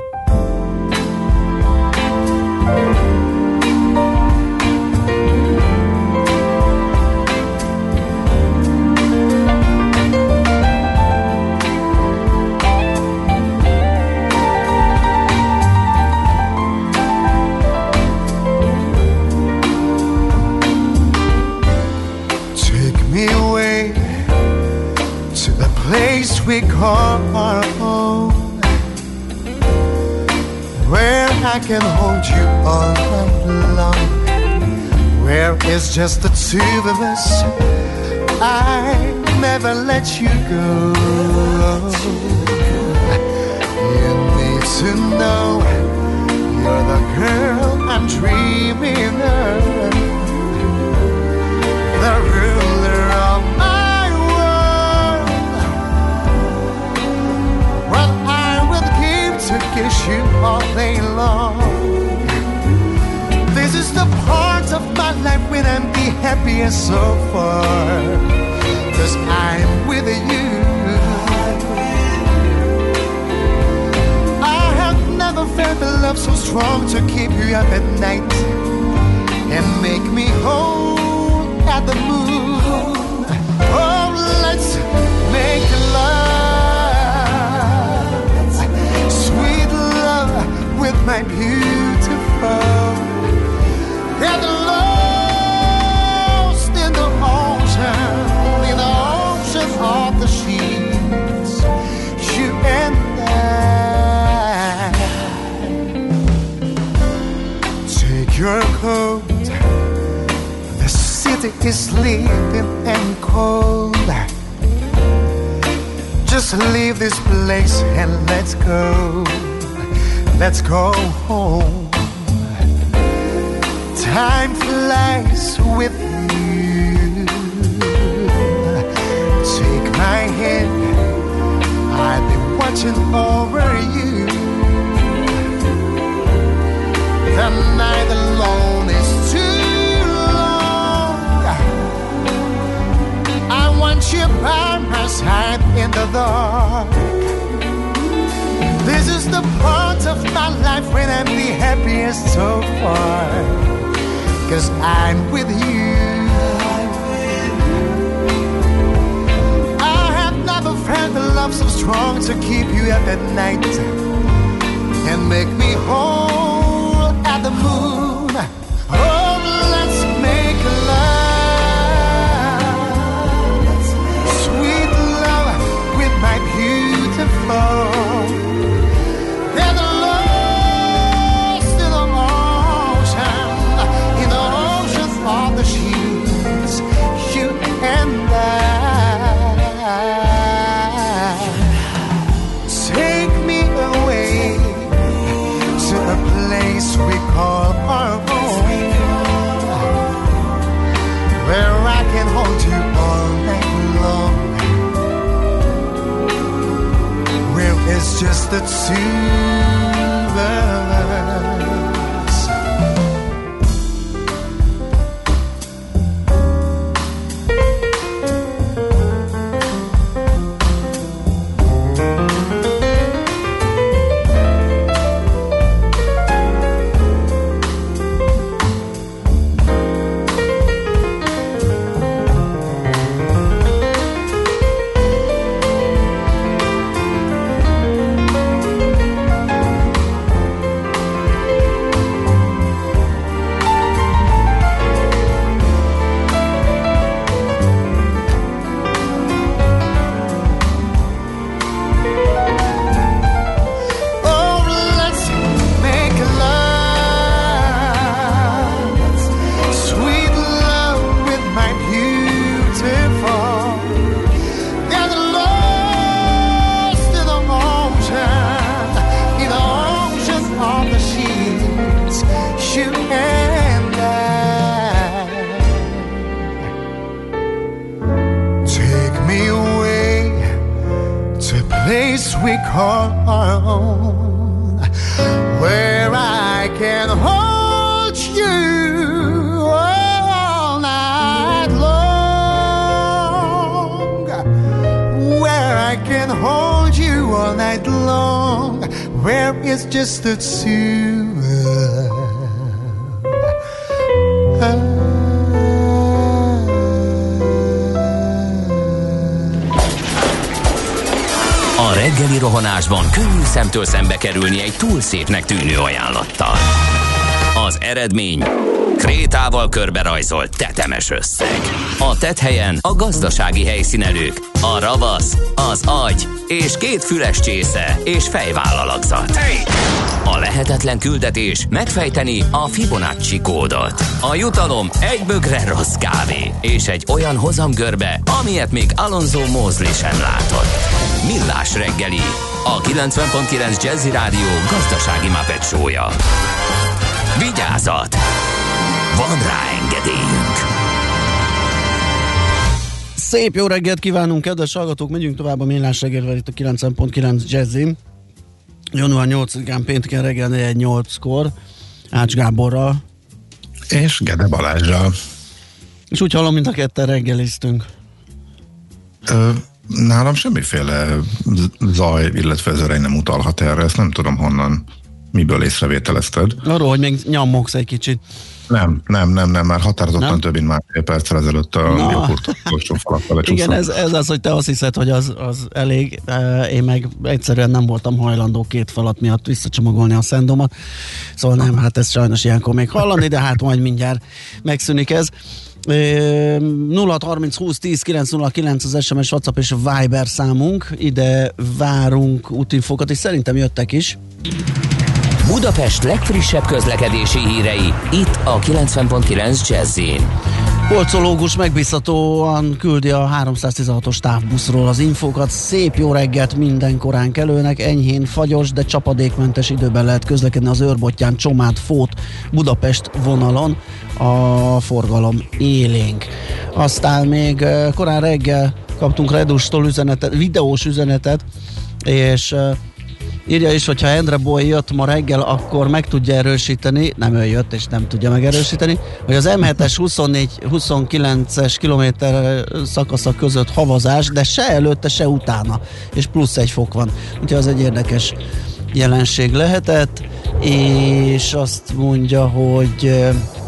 We call our home, where I can hold you all night long, where it's just the two of us. I never let you go. In the to know you're the girl I'm dreaming of, the ruler of my world. What I would give to kiss you all day long. This is the part of my life when I'm the happiest so far, 'cause I'm with you. I have never felt a love so strong to keep you up at night and make me hold at the moon. Oh, let's make love, sweet love with my beautiful. Get lost in the ocean of the sheets, you and I. Take your coat, the city is sleeping and cold. Just leave this place and let's go home. Time flies with you. Take my hand, I've been watching over you. The night alone is too long. I want you by my side in the dark. This is the part of my life when I'm the happiest so far, 'cause I'm with you. I have never felt a love so strong to keep you up at night and make me whole at the moon. Oh, let's make love, sweet love with my beautiful. We call our own, where I can hold you all night long, where it's just the two of us. We call our own, where I can hold you all night long, where I can hold you all night long, where it's just the two of us. A reggeli rohanásban könnyű szemtől szembe kerülni egy túl szépnek tűnő ajánlattal. Az eredmény krétával körberajzolt tetemes összeg. A tetthelyen a gazdasági helyszínelők, a ravasz, az agy és 2 füles csésze és fejvállalakzat. A lehetetlen küldetés megfejteni a Fibonacci kódot. A jutalom egy bögre rossz kávé és egy olyan hozamgörbe, amilyet még Alonso Mosley sem látott. Millás reggeli, a 90.9 Jazzy Rádió gazdasági Muppet show-ja. Vigyázat! Van rá engedélyünk! Szép jó reggelt kívánunk, kedves hallgatók! Megyünk tovább a Millás reggelivel itt a 90.9 Jazzy. Január 8-án pénteken reggel 4-8-kor Ács Gáborral és Gede Balázsral. És úgy hallom, mint a ketten reggeliztünk. Nálam semmiféle zaj, illetve zörej nem utalhat erre, ezt nem tudom honnan, miből észrevételezted. Arról, hogy még nyomogsz egy kicsit. Nem, már határozottan több mint másfél perccel ezelőtt a joghurtosó falakkal lecsúszom. Igen, ez az, hogy te azt hiszed, hogy az elég, én meg egyszerűen nem voltam hajlandó 2 falat miatt visszacsomagolni a szendomat, szóval nem, hát ez sajnos ilyenkor még hallani, de hát majd mindjárt megszűnik ez. 0630 20 10 909 az SMS, WhatsApp és Viber számunk, ide várunk útinfókat, és szerintem jöttek is. Budapest legfrissebb közlekedési hírei, itt a 90.9 Jazz-in. Polcológus megbízhatóan küldi a 316-os távbuszról az infókat. Szép jó reggelt minden korán kelőnek, enyhén fagyos, de csapadékmentes időben lehet közlekedni az Őrbottyán, Csomád, Fót, Budapest vonalon, a forgalom élénk. Aztán még korán reggel kaptunk Redustól videós üzenetet, és írja is, hogyha Endre Boy jött ma reggel, akkor meg tudja erősíteni, nem ő jött és nem tudja megerősíteni, hogy az M7-es 24-29-es kilométer szakasza között havazás, de se előtte, se utána, és plusz 1 fok van. Úgyhogy az egy érdekes jelenség lehetett, és azt mondja, hogy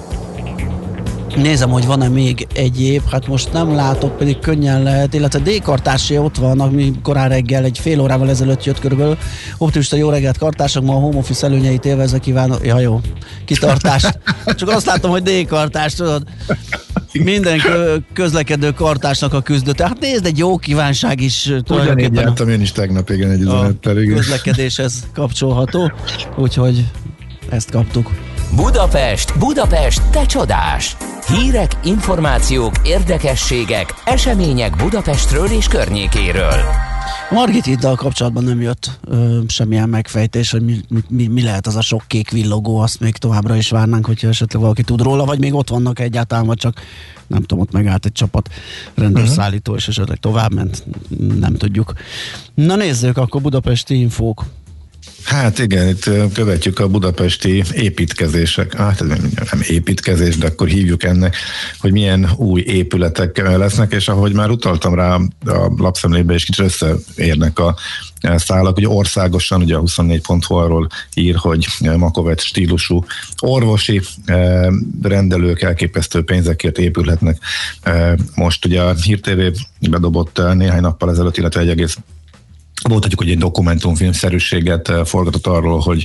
nézem, hogy van-e még egyéb, hát most nem látok, pedig könnyen lehet, illetve D-kartársé ott vannak, mi korán reggel egy fél órával ezelőtt jött körülbelül. Optimista jó reggelt kartársak, ma a home office előnyeit élvezve kívánok. Ja, jó, kitartást. Csak azt látom, hogy D-kartás, tudod. Minden közlekedő kartásnak a küzdötte. Hát nézd, egy jó kívánság is. Ugyanígy jártam én is tegnap, igen, egy üzenettel. Közlekedéshez kapcsolható, úgyhogy ezt kaptuk. Budapest, te csodás! Hírek, információk, érdekességek, események Budapestről és környékéről. A Margitiddal kapcsolatban nem jött semmilyen megfejtés, hogy mi lehet az a sok kék villogó, azt még továbbra is várnánk, hogyha esetleg valaki tud róla, vagy még ott vannak egyáltalán, vagy csak nem tudom, ott megállt egy csapat rendőrszállító, és esetleg továbbment, nem tudjuk. Na nézzük, akkor budapesti infók. Hát igen, itt követjük a budapesti építkezések, hát ez nem építkezés, de akkor hívjuk ennek, hogy milyen új épületek lesznek, és ahogy már utaltam rá a lapszemlébe, és kicsit összeérnek a szálak, hogy országosan, ugye a 24.hu arról ír, hogy Makovec stílusú orvosi rendelők elképesztő pénzekért épülhetnek. Most ugye a Hír TV bedobott néhány nappal ezelőtt, illetve mondhatjuk, hogy egy dokumentumfilmszerűséget forgatott arról, hogy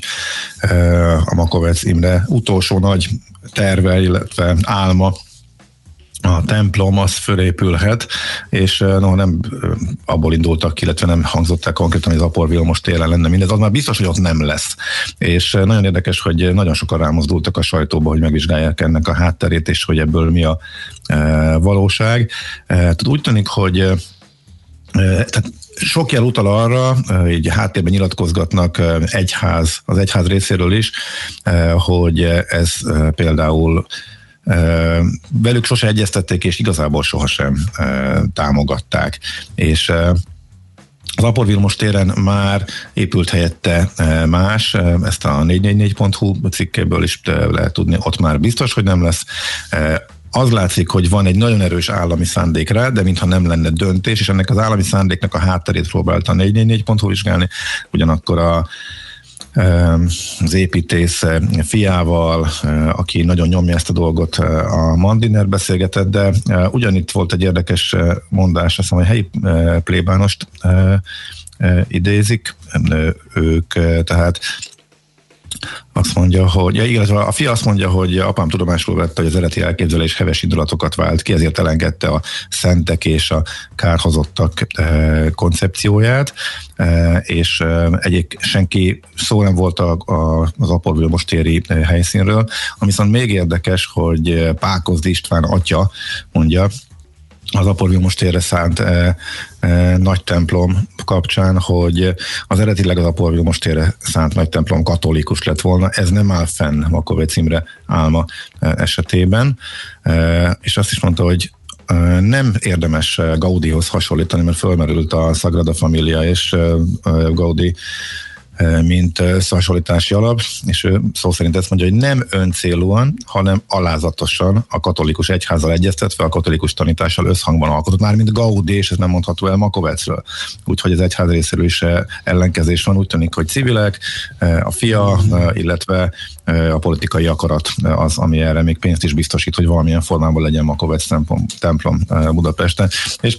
a Makovec Imre utolsó nagy terve, illetve álma, a templom, az fölépülhet, és nem abból indultak ki, illetve nem hangzották konkrétan, hogy az Apor Vilmos téren lenne mindez, az már biztos, hogy ott nem lesz. És nagyon érdekes, hogy nagyon sokan rámozdultak a sajtóba, hogy megvizsgálják ennek a hátterét, és hogy ebből mi a valóság. Tehát úgy tűnik, hogy tehát sok jel utal arra, így háttérben nyilatkozgatnak az egyház részéről is, hogy ez például velük sose egyeztették, és igazából sohasem támogatták. És az Apor Vilmos téren már épült helyette más, ezt a 444.hu cikkéből is lehet tudni, ott már biztos, hogy nem lesz. Az látszik, hogy van egy nagyon erős állami szándék rá, de mintha nem lenne döntés, és ennek az állami szándéknak a hátterét próbálta a 444.hu vizsgálni, ugyanakkor az építész fiával, aki nagyon nyomja ezt a dolgot, a Mandiner beszélgetett, de ugyanitt volt egy érdekes mondás, azt mondom, hogy helyi plébánost idézik, ők tehát azt mondja, hogy illetve a fia azt mondja, hogy apám tudomásul vette, hogy az eredeti elképzelés heves indulatokat vált ki, ezért elengedte a szentek és a kárhozottak koncepcióját, és senki szó nem volt az Apolvilmos-téri helyszínről, ami viszont még érdekes, hogy Pákozdi István atya mondja, az Apolvilmos-térre szánt nagy templom kapcsán, hogy az eredetileg az Apolvilmos-térre szánt nagy templom katolikus lett volna, ez nem áll fenn Makovec Imre álma esetében, és azt is mondta, hogy nem érdemes Gaudihoz hasonlítani, mert fölmerült a Sagrada Familia és Gaudi mint összehasonlítási alap, és ő szó szerint ezt mondja, hogy nem öncélúan, hanem alázatosan a katolikus egyházzal egyeztetve, a katolikus tanítással összhangban alkotott, már mint Gaudi, és ez nem mondható el Makovecről. Úgyhogy az egyház részéről is ellenkezés van, úgy tűnik, hogy civilek, a fia, illetve a politikai akarat az, ami erre még pénzt is biztosít, hogy valamilyen formában legyen Makovec templom Budapesten. És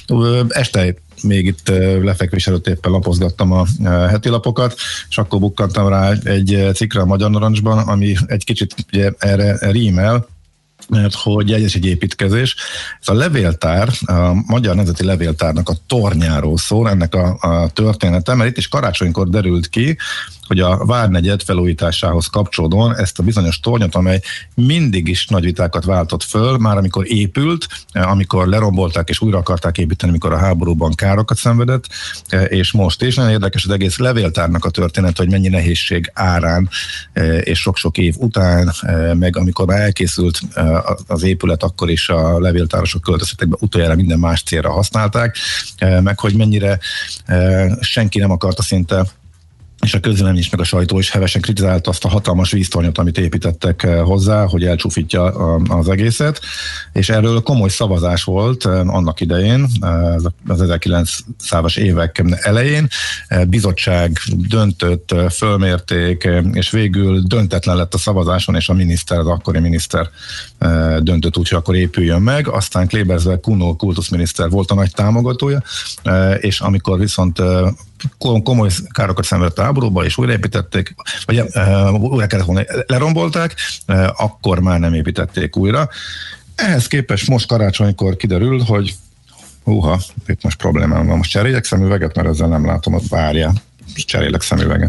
este még itt lefekvés előtt éppen lapozgattam a heti lapokat, és akkor bukkantam rá egy cikkre a Magyar Narancsban, ami egy kicsit ugye erre rímel, mert hogy ez egy építkezés. Ez a levéltár, a Magyar Nemzeti Levéltárnak a tornyáról szól, ennek a története, mert itt is karácsonykor derült ki, hogy a Várnegyed felújításához kapcsolódóan ezt a bizonyos tornyot, amely mindig is nagy vitákat váltott föl, már amikor épült, amikor lerombolták és újra akarták építeni, amikor a háborúban károkat szenvedett, és most is. Nagyon érdekes az egész levéltárnak a történet, hogy mennyi nehézség árán, és sok-sok év után, meg amikor már elkészült az épület, akkor is a levéltárosok költöztek be, utoljára minden más célra használták, meg hogy mennyire senki nem akarta szinte, és a közvélemény is, meg a sajtó is hevesen kritizálta azt a hatalmas víztornyot, amit építettek hozzá, hogy elcsúfítja az egészet, és erről komoly szavazás volt annak idején, az 1900-as évek elején, bizottság döntött, fölmérték, és végül döntetlen lett a szavazáson, és a miniszter, az akkori miniszter döntött úgy, hogy akkor épüljön meg, aztán Klebersberg Kuno kultuszminiszter volt a nagy támogatója, és amikor viszont komoly károkat szenvedett a háborúba, és újraépítették, vagy újra kellett volna, lerombolták, akkor már nem építették újra. Ehhez képest most karácsonykor kiderül, hogy itt most problémám van, most cserélek szemüveget, mert ezzel nem látom, ott várja, cserélek szemüveget.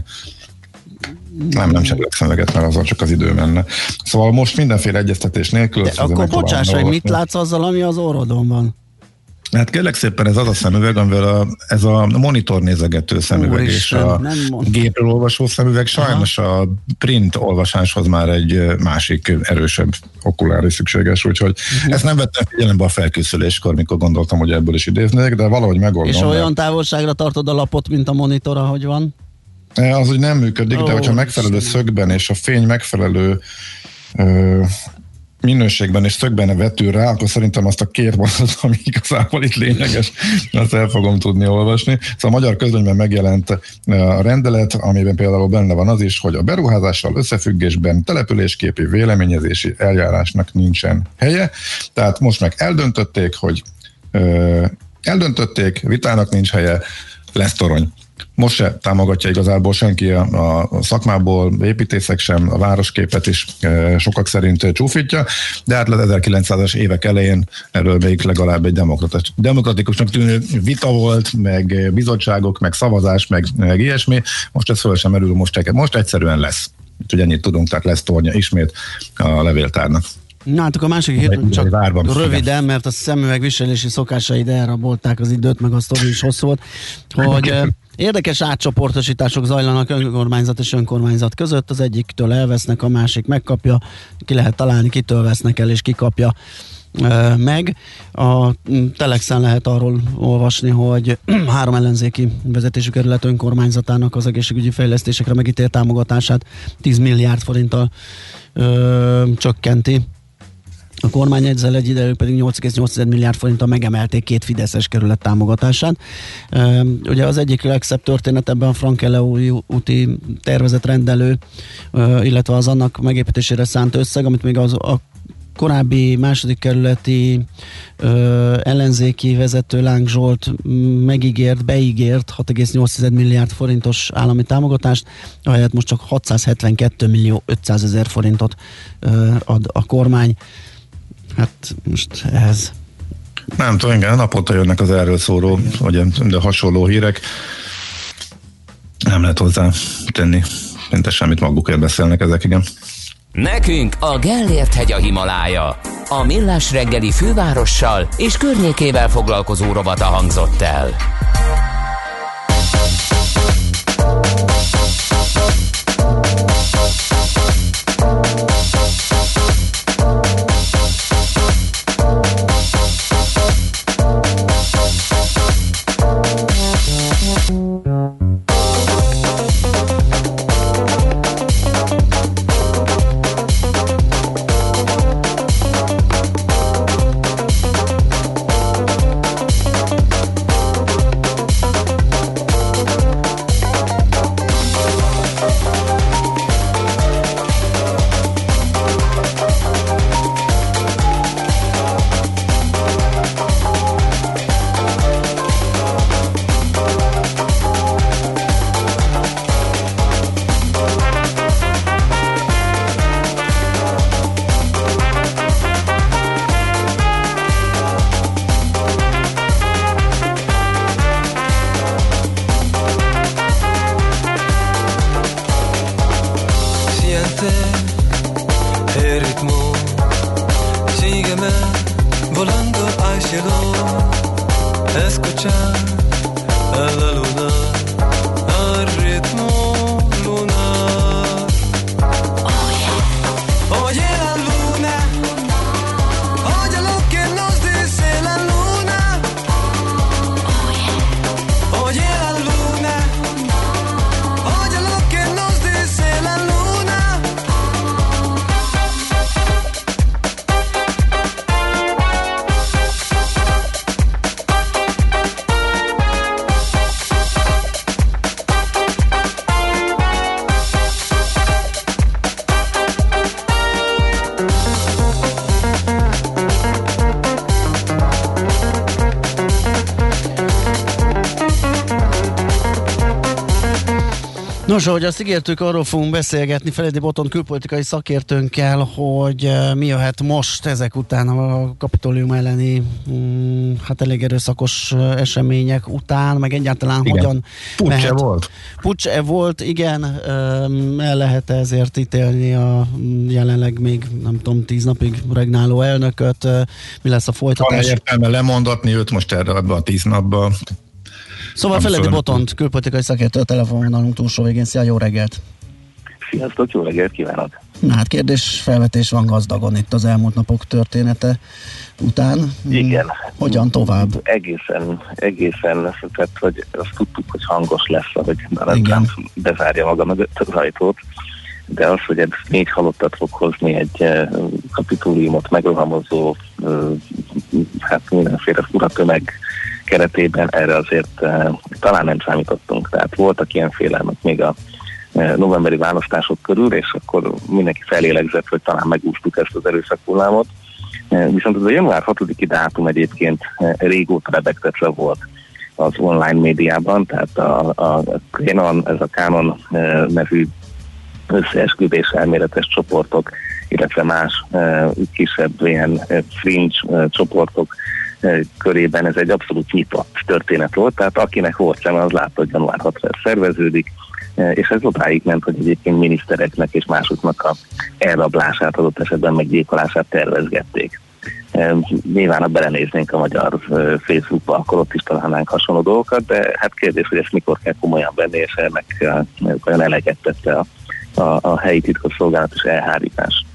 Nem cserélek szemüveget, mert azzal csak az idő menne. Szóval most mindenféle egyeztetés nélkül... De akkor bocsáss, hogy mit látsz azzal, ami az orrodon van? Hát kérlek szépen, ez az a szemüveg, amivel ez a monitor nézegető szemüveg és a gépről olvasó szemüveg, sajnos a print olvasáshoz már egy másik erősebb okulár is szükséges, úgyhogy ezt nem vettem figyelembe a felkészüléskor, mikor gondoltam, hogy ebből is idéznék, de valahogy megoldom. És olyan távolságra tartod a lapot, mint a monitor, ahogy van? Az úgy nem működik, de hogyha megfelelő szögben és a fény megfelelő minőségben és szögben vetül rá, akkor szerintem azt a két mondatot, ami igazából itt lényeges, azt el fogom tudni olvasni. Szóval a magyar közlönyben megjelent a rendelet, amiben például benne van az is, hogy a beruházással összefüggésben településképi véleményezési eljárásnak nincsen helye. Tehát most meg eldöntötték, hogy vitának nincs helye, lesz torony. Most se támogatja igazából senki a szakmából, építészek sem, a városképet is sokak szerint csúfítja, de hát az 1900-as évek elején erről még legalább egy demokratikusnak tűnő vita volt, meg bizottságok, meg szavazás, meg ilyesmi. Most ez föl sem merül, most egyszerűen lesz. Úgyhogy ennyit tudunk, tehát lesz tornya ismét a levéltárnak. Na, hát akkor a másik hét, csak röviden, mert a szemüveg viselési szokásaid elrabolták az időt, meg a sztori is hosszú volt, hogy érdekes átcsoportosítások zajlanak önkormányzat és önkormányzat között, az egyiktől elvesznek, a másik megkapja, ki lehet találni, kitől vesznek el és ki kapja meg. A Telexen lehet arról olvasni, hogy 3 ellenzéki vezetésű kerület önkormányzatának az egészségügyi fejlesztésekre megítélt támogatását 10 milliárd forinttal csökkenti. A kormány ezzel egy idejű pedig 8,8 milliárd forinttal megemelték 2 fideszes kerület támogatását. Ugye az egyik legszebb történet ebben a Frank-Eleu úti tervezett rendelő, illetve az annak megépítésére szánt összeg, amit még korábbi második kerületi ellenzéki vezető Láng Zsolt beígért 6,8 milliárd forintos állami támogatást, ahelyett most csak 672 millió 500 ezer forintot ad a kormány. Hát most ehhez... Nem tudom, igen, napóta jönnek az erről szóló, de hasonló hírek. Nem lehet hozzá tenni, mint semmit, magukért beszélnek ezek, igen. Nekünk a Gellért-hegy a Himalája. A Millás reggeli fővárossal és környékével foglalkozó rovata hangzott el. Nos, ahogy azt ígértük, arról fogunk beszélgetni Feledi Botond külpolitikai szakértőnkkel, hogy mi jöhet most ezek után a Kapitolium elleni hát elég erőszakos események után, meg egyáltalán igen. Hogyan Pucse volt. Pucse volt, igen, el lehet ezért ítélni a jelenleg még nem tudom 10 napig regnáló elnököt, mi lesz a folytatás. Van értelme lemondatni őt most ebben a 10 napban. Szóval Feledi Botond külpolitikai szakértő a telefonvonalunk túlsó végén. Szia, jó reggelt! Sziasztok, jó reggelt kívánok! Na hát kérdés-felvetés van gazdagon itt az elmúlt napok története után. Igen. Hogyan tovább? Egészen, tehát hogy azt tudtuk, hogy hangos lesz, hogy Trump bezárja maga mögött az ajtót, de az, hogy ez 4 halottat fog hozni egy Kapitóliumot megrohamozó, hát mindenféle fura tömeg keretében, erre azért talán nem számítottunk. Tehát voltak ilyen félelmek még a novemberi választások körül, és akkor mindenki felélegzett, hogy talán megúsztuk ezt az erőszakhullámot. Viszont az a január 6-i dátum egyébként régóta lebegtetve volt az online médiában, tehát a Canon nevű összeesküvés elméletes csoportok, illetve más kisebb ilyen fringe csoportok körében ez egy abszolút nyitott történet volt, tehát akinek volt szeme, az látta, hogy január 6-ra szerveződik, és ez odáig ment, hogy egyébként minisztereknek és másoknak a elrablását, adott esetben meggyilkolását tervezgették. Nyilván, ha belenéznénk a magyar Facebookba, akkor ott is találnánk hasonló dolgokat, de hát kérdés, hogy ezt mikor kell komolyan venni, és ennek olyan eleget tette a helyi titkosszolgálat és elhárítás.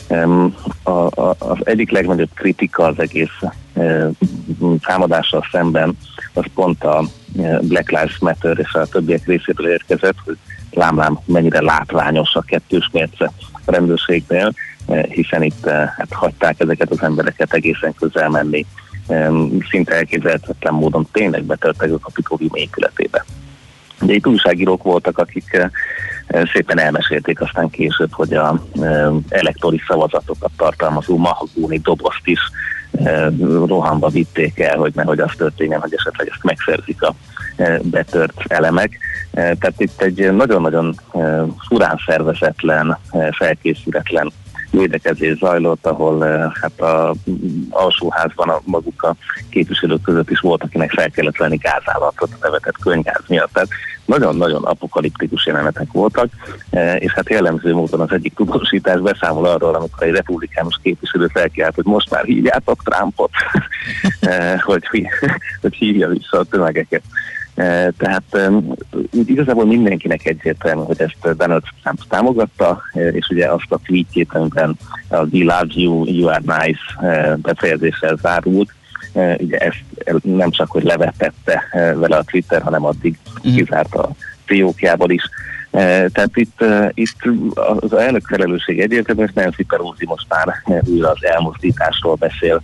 Az egyik legnagyobb kritika az egész támadással szemben az pont a Black Lives Matter és a többiek részéről érkezett, hogy lámlám mennyire látványos a kettős mérce a rendőrségnél, hiszen itt hát hagyták ezeket az embereket egészen közel menni, szinte elképzelhetetlen módon tényleg betörtek a Kapitólium épületébe. De itt újságírók voltak, akik szépen elmesélték aztán később, hogy a elektori szavazatokat tartalmazó mahagóni dobozt is rohanba vitték el, hogy nehogy az történjen, hogy esetleg ezt megszerzik a betört elemek. Tehát itt egy nagyon-nagyon furán szervezetlen, felkészületlen védekezés zajlott, ahol hát az alsóházban maguk a képviselők között is volt, akinek fel kellett venni gázállatot a bevetett könyvgáz miatt. Tehát nagyon-nagyon apokaliptikus jelenetek voltak, és hát jellemző módon az egyik tudósítás beszámol arról, amikor egy republikánus képviselő felkiált, hogy most már hívjátok Trumpot, hogy hívja vissza a tömegeket. Tehát igazából mindenkinek egyértelmű, hogy ezt Donald Trump támogatta, és ugye azt a tweetjét, amiben a "We love you, you are nice" befejezéssel zárult, ugye ezt nem csak, hogy levetette vele a Twitter, hanem addig kizárta a fiókjából is. Tehát itt az elnök felelősség egyértelmű, és Nancy Pelosi most már újra az elmozdításról beszél,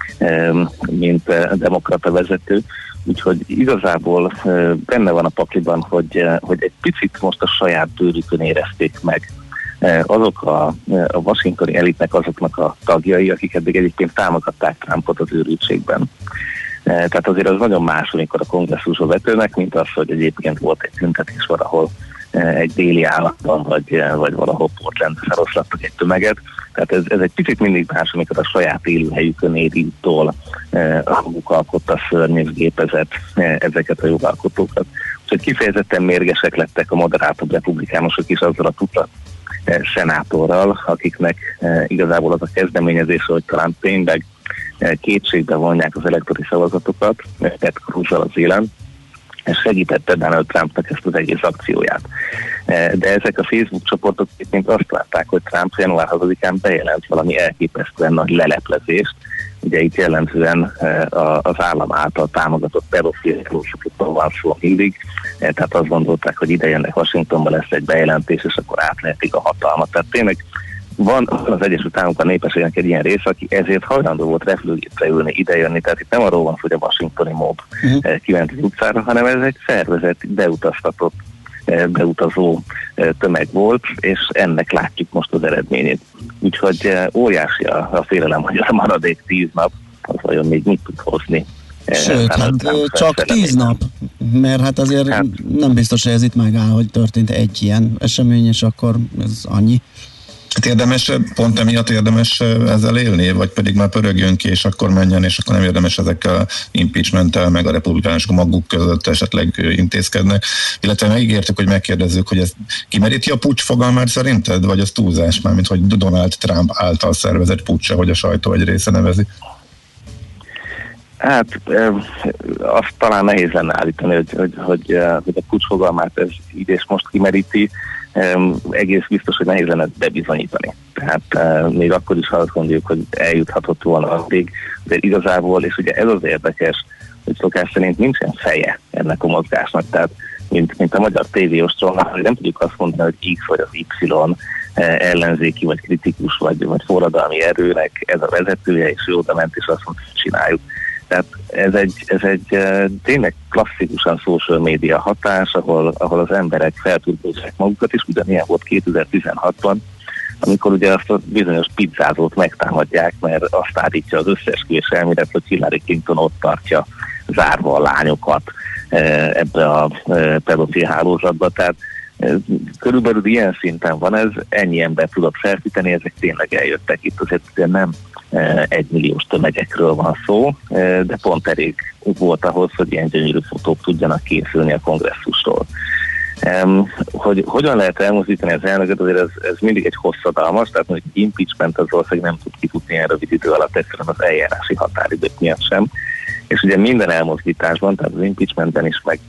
mint demokrata vezető. Úgyhogy igazából benne van a pakliban, hogy egy picit most a saját bőrükön érezték meg azok a washingtoni elitnek azoknak a tagjai, akik eddig egyébként támogatták Trumpot az őrültségben. Tehát azért az nagyon más, amikor a kongresszusba vetőnek, mint az, hogy egyébként volt egy tüntetés valahol egy déli államban, vagy valahol Portlandben feloszlattak egy tömeget. Tehát ez egy picit mindig más, amikor a saját élőhelyükön éri utól a maguk alkotta szörnyűzgépezet ezeket a jogalkotókat. Úgyhogy kifejezetten mérgesek lettek a moderátabb republikánusok is azzal a tucat szenátorral, akiknek igazából az a kezdeményezés, hogy talán tényleg kétségbe vonják az elektori szavazatokat, Ted Cruz-zal az élen, és segítette Donald Trumpnak ezt az egész akcióját. De ezek a Facebook csoportok egyébként azt látták, hogy Trump január 6-án bejelent valami elképesztően nagy leleplezést. Ugye itt jellemzően az állam által támogatott pedofilokról van szó mindig, tehát azt gondolták, hogy ide jönnek Washingtonba, lesz egy bejelentés, és akkor átlehetik a hatalmat. Tehát tényleg van az Egyesült Államok a népességnek egy ilyen része, aki ezért hajlandó volt repülőgépre ülni, idejönni. Tehát itt nem arról van, hogy a washingtoni mob kiment az utcára, hanem ez egy szervezett, beutaztatott, beutazó tömeg volt, és ennek látjuk most az eredményét. Úgyhogy óriási a félelem, hogy a maradék 10 nap az vajon még mit tud hozni. Sőt, hát csak 10 nap, mert hát azért nem biztos, hogy ez itt megáll, hogy történt egy ilyen esemény, és akkor ez annyi. Hát érdemes, pont emiatt érdemes ezzel élni, vagy pedig már pörögjön ki, és akkor menjen, és akkor nem érdemes ezekkel impeachment-tel, meg a republikánusok maguk között esetleg intézkednek. Illetve megígértük, hogy megkérdezzük, hogy ez kimeríti a puccs fogalmát szerinted, vagy az túlzás, mármint hogy Donald Trump által szervezett puccsa, hogy a sajtó egy része nevezi? Hát azt talán nehéz lenne állítani, hogy a puccs fogalmát ez így és most kimeríti. Egész biztos, hogy nehéz lenne bebizonyítani. Tehát még akkor is, ha azt gondoljuk, hogy eljuthatott volna addig, de igazából, és ugye ez az érdekes, hogy szokás szerint nincsen feje ennek a mozgásnak, tehát mint a magyar tévéostról, nem tudjuk azt mondani, hogy X vagy az Y ellenzéki, vagy kritikus, vagy forradalmi erőnek ez a vezetője, és ő oda ment, és azt mondta, hogy csináljuk. Tehát ez egy tényleg klasszikusan social media hatás, ahol az emberek felturbózzák magukat, és ugyanilyen volt 2016-ban, amikor ugye azt a bizonyos pizzázót megtámadják, mert azt állítja az összeesküvés elmélet, hogy Hillary Clinton ott tartja zárva a lányokat ebbe a pedofil hálózatba. Tehát körülbelül ilyen szinten van ez, ennyi ember tudott felfűteni, ezek tényleg eljöttek. Itt azért nem 1 milliós tömegekről van szó, de pont elég volt ahhoz, hogy ilyen gyönyörű fotók tudjanak készülni a kongresszusról. Hogy hogyan lehet elmozdítani az elnököt, azért ez mindig egy hosszadalmas, tehát mondjuk impeachment az ország nem tud kifutni ilyen rövid idő alatt, egyszerűen az eljárási határidők miatt sem. És ugye minden elmozdításban, tehát az impeachmentben is, meg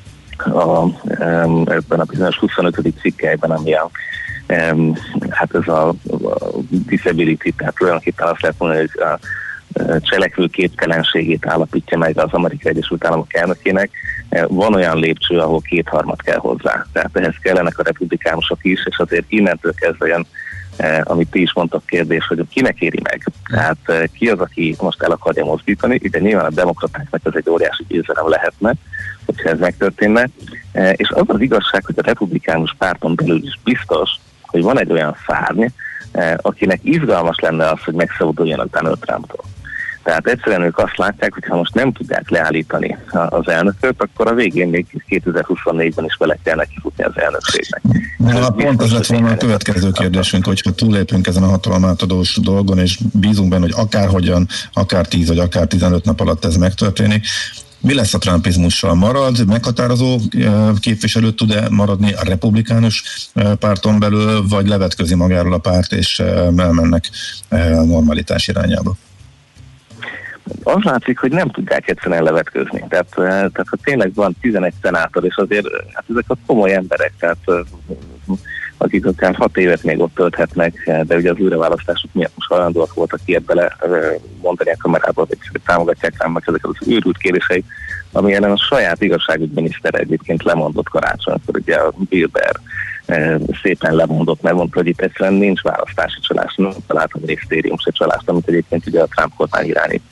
ebben a bizonyos 25. cikkelyben, ami hát ez a disability, tehát tulajdonképpen azt lehet mondani, hogy a cselekvő képtelenségét állapítja meg az Amerikai Egyesült Államok elnökének. Van olyan lépcső, ahol 2/3 kell hozzá. Tehát ehhez kellenek a republikánusok is, és azért innentől kezdve olyan, amit ti is mondtak, kérdés, hogy kinek éri meg. Tehát ki az, aki most el akarja mozdítani. Ugye nyilván a demokratáknak ez egy óriási győzelem lehetne, hogyha ez megtörténne. És az az igazság, hogy a republikánus párton belül is biztos, hogy van egy olyan szárny, akinek izgalmas lenne az, hogy megszabaduljanak Donald Trumptól. Tehát egyszerűen ők azt látják, hogy ha most nem tudják leállítani az elnököt, akkor a végén még 2024-ben is vele kell nekifutni az elnökségnek. Pont ez lett volna a következő kérdésünk, hogyha túllépünk ezen a hatalomátadós dolgon, és bízunk benne, hogy akárhogyan, akár 10 vagy akár 15 nap alatt ez megtörténik, mi lesz a trumpizmussal? Marad, meghatározó képviselő tud-e maradni a republikánus párton belül, vagy levetközi magáról a párt, és elmennek a normalitás irányába? Az látszik, hogy nem tudják egyszerűen levetközni. Tehát ha tényleg van 11 szenátor, és azért hát ezek a komoly emberek, tehát akik akár 6 évet még ott tölthetnek, de ugye az újraválasztások miatt most hajlandóak voltak ilyet bele mondani a kamerában, hogy támogatják rám ezeket az őrült kérdéseit, ami ellen a saját igazságügyminiszter egyébként lemondott karácsonykor, ugye a Bilber szépen lemondott, mert mondta, hogy itt egyszerűen nincs választási csalás, nem talált a minisztérium se csalást, amit egyébként ugye a Trump kormány irányít.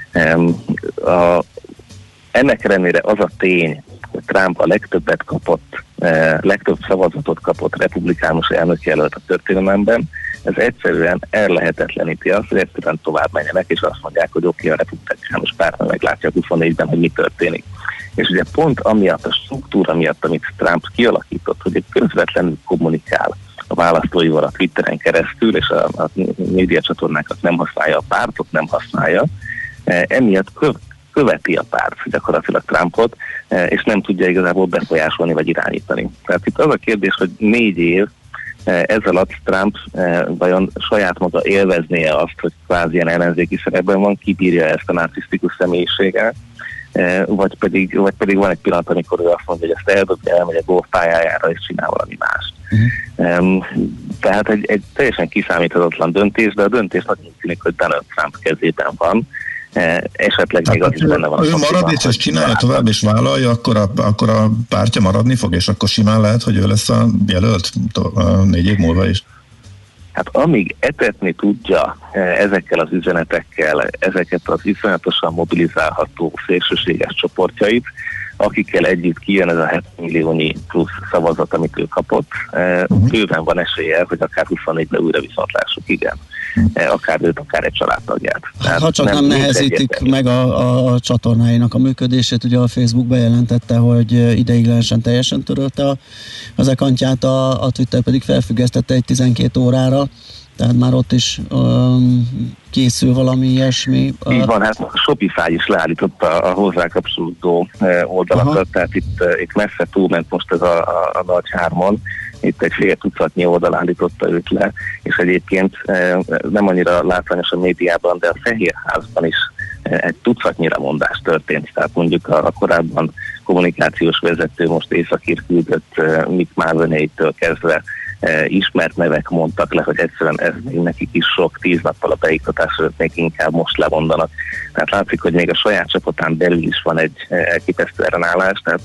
Ennek ellenére az a tény, hogy Trump a legtöbbet kapott, legtöbb szavazatot kapott republikánus elnökjelölt a történelemben, ez egyszerűen ellehetetleníti azt, hogy egyszerűen tovább menjenek, és azt mondják, hogy oké, a republikánus párt meglátja a 24-ben, hogy mi történik. És ugye pont amiatt, a struktúra miatt, amit Trump kialakított, hogy egy közvetlenül kommunikál a választóival a Twitteren keresztül, és a médiacsatornákat nem használja, a pártot nem használja, emiatt követi a párt gyakorlatilag Trumpot, és nem tudja igazából befolyásolni vagy irányítani. Tehát itt az a kérdés, hogy 4 év ez alatt Trump vajon saját maga élveznie azt, hogy kvázi ilyen ellenzéki szerepben van, kibírja ezt a narcisztikus személyiséggel, vagy pedig van egy pillanat, amikor ő azt mondja, hogy ezt eldobja, elmegy a golf pályájára és csinál valami mást. Tehát egy teljesen kiszámíthatatlan döntés, de a döntés nagyon tűnik, hogy Donald Trump kezében van. Esetleg még az is benne van. Ő marad és csinálja tovább és vállalja, akkor a pártja maradni fog, és akkor simán lehet, hogy ő lesz a jelölt 4 év múlva is. Hát amíg etetni tudja ezekkel az üzenetekkel, ezeket az iszonyatosan mobilizálható szélsőséges csoportjait, akikkel együtt kijön ez a 7 milliónyi plusz szavazat, amit ő kapott, bőven van esélye, hogy akár 24-ben újra viszontlásuk, igen. Akár őt, akár egy családtagját. Ha csak nem nehezítik meg a csatornáinak a működését, ugye a Facebook bejelentette, hogy ideiglenesen teljesen törölte az accountját, a Twitter pedig felfüggesztette egy 12 órára, tehát már ott is készül valami ilyesmi. Így van, hát a Shopify is leállította a hozzá kapcsolódó oldalakat, tehát itt messze túlment most ez a nagy hármon, itt egy fél tucatnyi oldal állította őt le, és egyébként nem annyira látványos a médiában, de a Fehérházban is egy tucatnyi lemondás történt, tehát mondjuk a korábban kommunikációs vezető most északír küldött Mick Mulvaney-től kezdve ismert nevek mondtak le, hogy egyszerűen ez még nekik is sok, 10 nappal a beiktatás előtt még inkább most lemondanak. Tehát látszik, hogy még a saját csapatán belül is van egy elképesztő ellenállás, tehát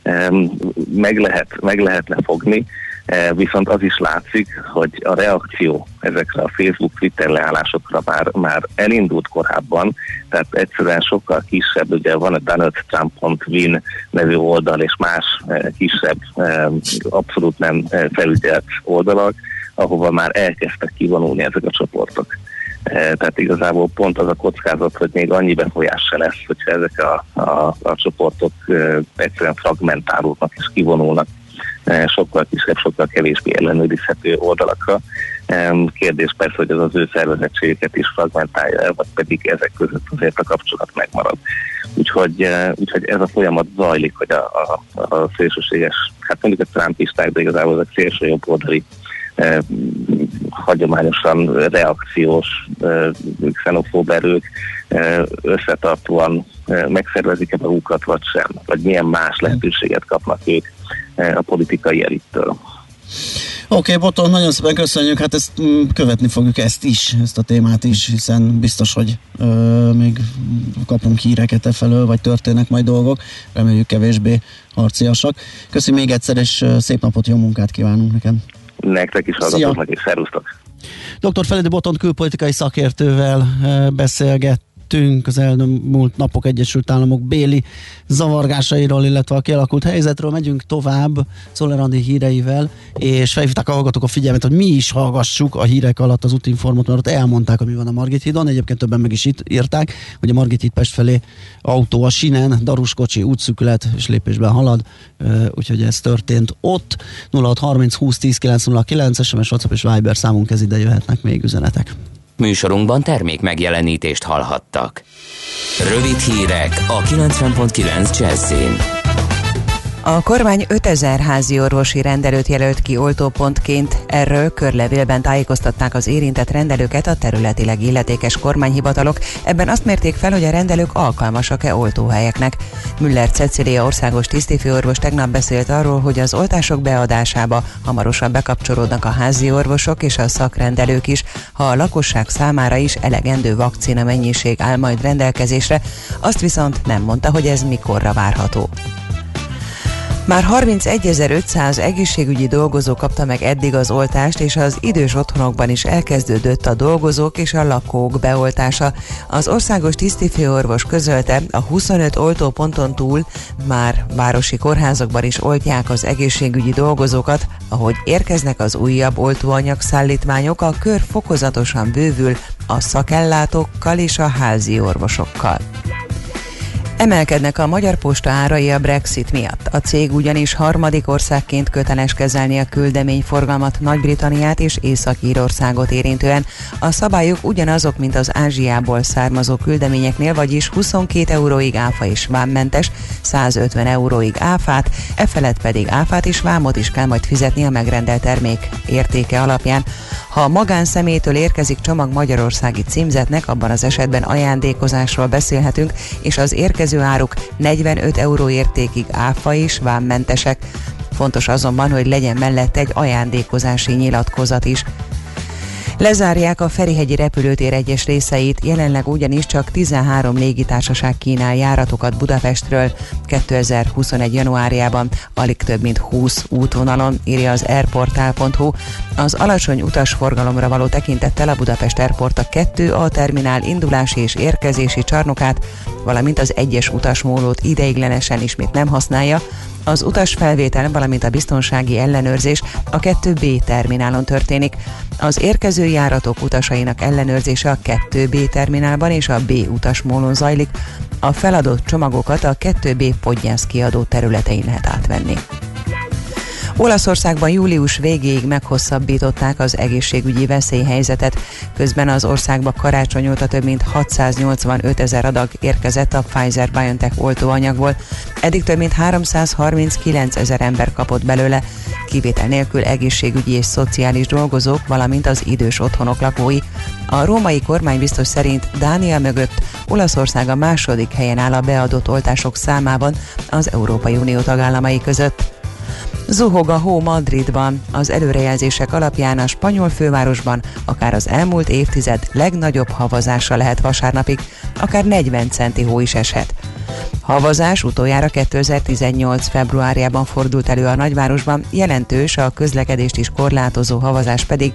meg lehetne fogni, viszont az is látszik, hogy a reakció ezekre a Facebook, Twitter leállásokra már elindult korábban, tehát egyszerűen sokkal kisebb, ugye van a donaldtrump.win nevű oldal, és más kisebb, abszolút nem felügyelt oldalak, ahova már elkezdtek kivonulni ezek a csoportok. Tehát igazából pont az a kockázat, hogy még annyi befolyás se lesz, hogyha ezek a csoportok egyszerűen fragmentálódnak és kivonulnak sokkal kisebb, sokkal kevésbé ellenőrizhető oldalakra. Kérdés persze, hogy ez az ő szervezettségeket is fragmentálja el, vagy pedig ezek között azért a kapcsolat megmarad. Úgyhogy ez a folyamat zajlik, hogy a szélsőséges, hát mondjuk a trumpisták, de igazából ezek szélső jobboldali hagyományosan reakciós, xenofób erők összetartóan megszervezik-e magukat, vagy sem, vagy milyen más lehetőséget kapnak ők a politikai elittől. Oké, Botton, nagyon szépen köszönjük, hát ezt követni fogjuk ezt a témát is, hiszen biztos, hogy még kapunk híreket felől, vagy történnek majd dolgok, reméljük kevésbé harciasak. Köszönjük még egyszer, és szép napot, jó munkát kívánunk nekem. Nektek is hallgatóknak, és szervusztok! Dr. Feledi Botton külpolitikai szakértővel beszélgettünk beszélgettünk az elmúlt napok Egyesült Államok béli zavargásairól, illetve a kialakult helyzetről. Megyünk tovább Czoller Andi híreivel, és felhívták a hallgatók a figyelmet, hogy mi is hallgassuk a hírek alatt az útinformot, mert ott elmondták, ami van a Margit hídon. Egyébként többen meg is itt írták, hogy a Margit híd Pest felé autó a sinen, daruskocsi, útszűkület és lépésben halad, úgyhogy ez történt ott. 0630 20 10 909 SMS, WhatsApp és Viber számunk, ez ide jöhetnek még üzenetek. Műsorunkban termék megjelenítést hallhattak. Rövid hírek a 90.9 Jazzin. A kormány 5000 házi orvosi rendelőt jelölt ki oltópontként. Erről körlevélben tájékoztatták az érintett rendelőket a területileg illetékes kormányhivatalok. Ebben azt mérték fel, hogy a rendelők alkalmasak-e oltóhelyeknek. Müller Cecília országos tisztifőorvos tegnap beszélt arról, hogy az oltások beadásába hamarosan bekapcsolódnak a házi orvosok és a szakrendelők is, ha a lakosság számára is elegendő vakcina mennyiség áll majd rendelkezésre. Azt viszont nem mondta, hogy ez mikorra várható. Már 31.500 egészségügyi dolgozó kapta meg eddig az oltást, és az idős otthonokban is elkezdődött a dolgozók és a lakók beoltása. Az országos tisztifőorvos közölte, a 25 oltóponton túl már városi kórházakban is oltják az egészségügyi dolgozókat. Ahogy érkeznek az újabb oltóanyagszállítmányok, a kör fokozatosan bővül a szakellátókkal és a házi orvosokkal. Emelkednek a Magyar Posta árai a Brexit miatt. A cég ugyanis harmadik országként köteles kezelni a küldeményforgalmat Nagy-Britanniát és Észak-Írországot érintően. A szabályok ugyanazok, mint az Ázsiából származó küldeményeknél, vagyis 22 euróig áfa és vámmentes, 150 euróig áfát, efelett pedig áfát és vámot is kell majd fizetni a megrendelt termék értéke alapján. Ha a magánszemélytől érkezik csomag magyarországi címzetnek, abban az esetben ajándékozásról beszélhetünk, és az érkező áruk 45 euró értékig áfa és vámmentesek. Fontos azonban, hogy legyen mellette egy ajándékozási nyilatkozat is. Lezárják a Ferihegyi repülőtér egyes részeit, jelenleg ugyanis csak 13 légitársaság kínál járatokat Budapestről 2021. januárjában, alig több mint 20 útvonalon, írja az airportál.hu. Az alacsony utasforgalomra való tekintettel a Budapest Airport a 2A terminál indulási és érkezési csarnokát, valamint az egyes utasmólót ideiglenesen ismét nem használja. Az utasfelvétel, valamint a biztonsági ellenőrzés a 2B terminálon történik. Az érkező járatok utasainak ellenőrzése a 2B terminálban és a B utasmólón zajlik. A feladott csomagokat a 2B Podgyász kiadó területein lehet átvenni. Olaszországban július végéig meghosszabbították az egészségügyi veszélyhelyzetet, közben az országba karácsony óta több mint 685 000 adag érkezett a Pfizer-BioNTech oltóanyagból. Eddig több mint 339 000 ember kapott belőle, kivétel nélkül egészségügyi és szociális dolgozók, valamint az idős otthonok lakói. A római kormánybiztos szerint Dánia mögött Olaszország a második helyen áll a beadott oltások számában az Európai Unió tagállamai között. Zuhog a hó Madridban. Az előrejelzések alapján a spanyol fővárosban akár az elmúlt évtized legnagyobb havazása lehet vasárnapig, akár 40 centi hó is eshet. Havazás utoljára 2018. februárjában fordult elő a nagyvárosban, jelentős, a közlekedést is korlátozó havazás pedig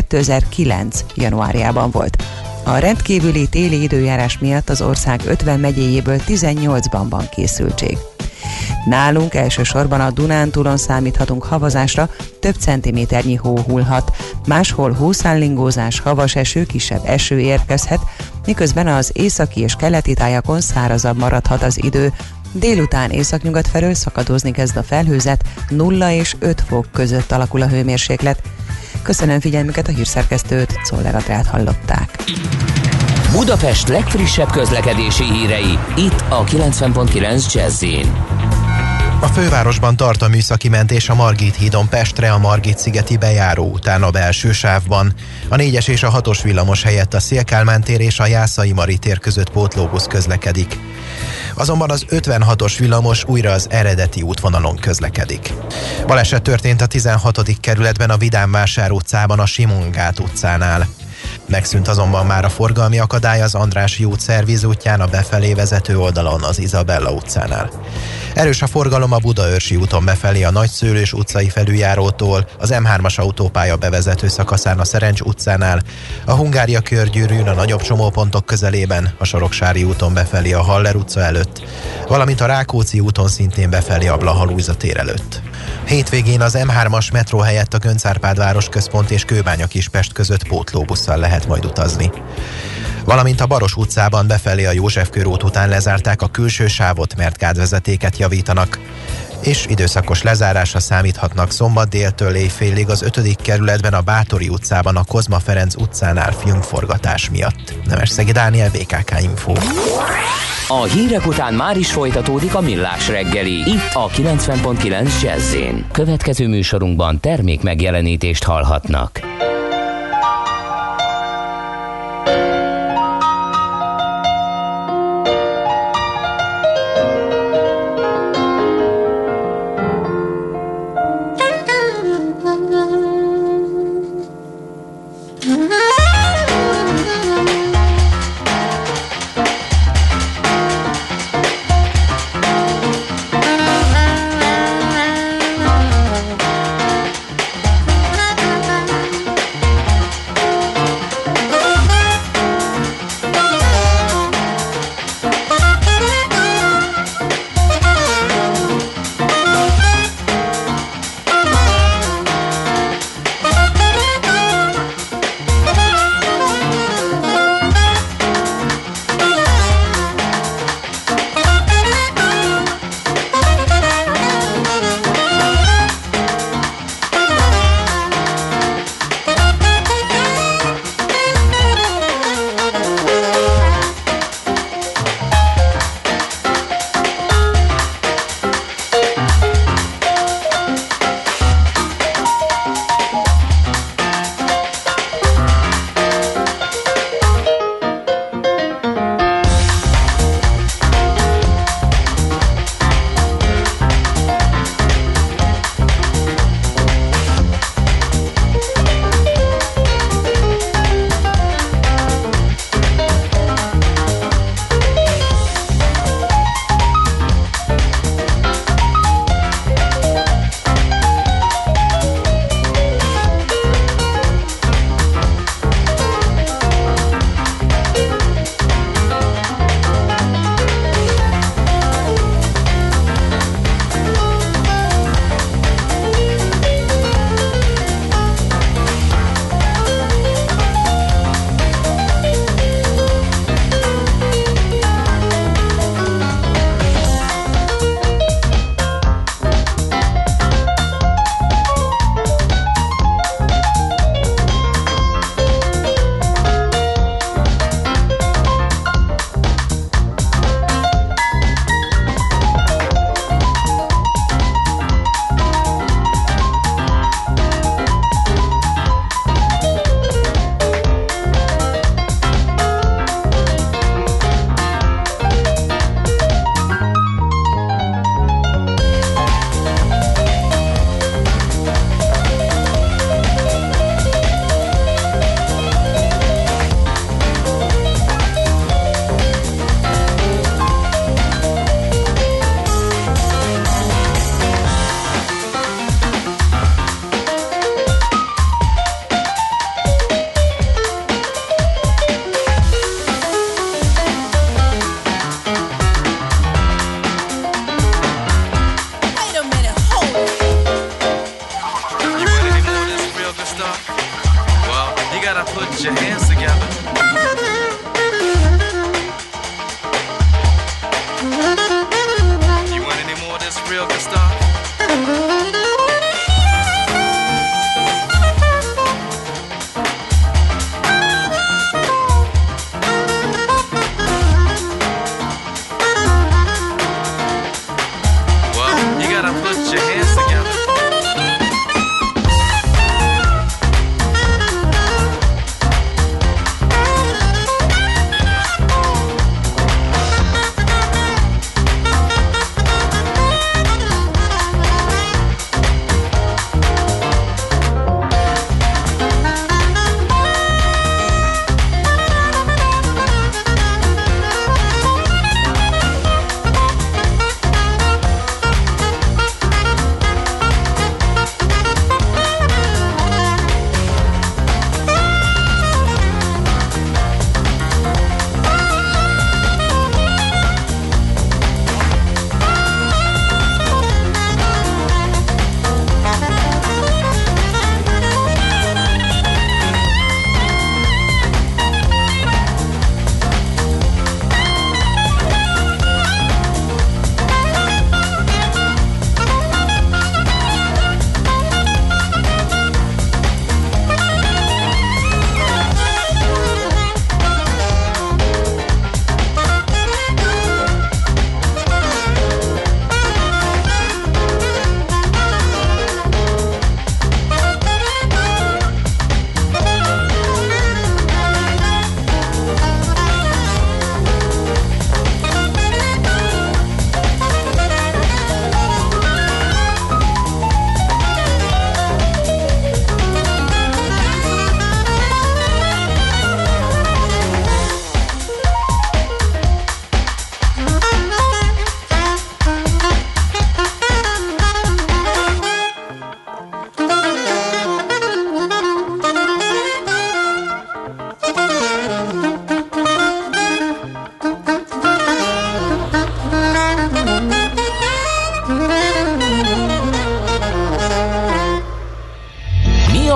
2009. januárjában volt. A rendkívüli téli időjárás miatt az ország 50 megyéjéből 18-ban van készültség. Nálunk elsősorban a Dunántúlon számíthatunk havazásra, több centiméternyi hó hullhat. Máshol hószállingózás, havas eső, kisebb eső érkezhet, miközben az északi és keleti tájakon szárazabb maradhat az idő. Délután északnyugat felől szakadozni kezd a felhőzet, 0 és 5 fok között alakul a hőmérséklet. Köszönöm figyelmüket, a hírszerkesztőt, Czoller Andrát hallották. Budapest legfrissebb közlekedési hírei, itt a 90.9 Jazz-in. A fővárosban tart a műszaki mentés a Margit hídon Pestre, a Margit-szigeti bejáró után a belső sávban. A 4-es és a 6-os villamos helyett a Széll-Kálmán tér és a Jászai Mari tér között pótlóbusz közlekedik. Azonban az 56-os villamos újra az eredeti útvonalon közlekedik. Baleset történt a 16. kerületben a Vidám Vásár utcában a Simon Gát utcánál. Megszűnt azonban már a forgalmi akadály az Andrássy út szervízútján a befelé vezető oldalon az Izabella utcánál. Erős a forgalom a Budaörsi úton befelé a Nagyszőlős utcai felüljárótól, az M3-as autópálya bevezető szakaszán a Szerencs utcánál, a Hungária körgyűrűn a nagyobb csomópontok közelében, a Soroksári úton befelé a Haller utca előtt, valamint a Rákóczi úton szintén befelé a Blaha Lujza tér előtt. Hétvégén az M3-as metró helyett a Göncz Árpád városközpont és Kőbánya-Kispest között pótlóbusszal lehet majd utazni. Valamint a Baros utcában befelé a József körút után lezárták a külső sávot, mert gázvezetéket javítanak, és időszakos lezárásra számíthatnak szombat déltől éjfélig az 5. kerületben a Bátori utcában a Kozma Ferenc utcánál filmforgatás miatt. Nemesszegi Dániel, BKK Info. A hírek után már is folytatódik a Millás reggeli, itt a 90.9 Jazz-én. Következő műsorunkban termék megjelenítést hallhatnak.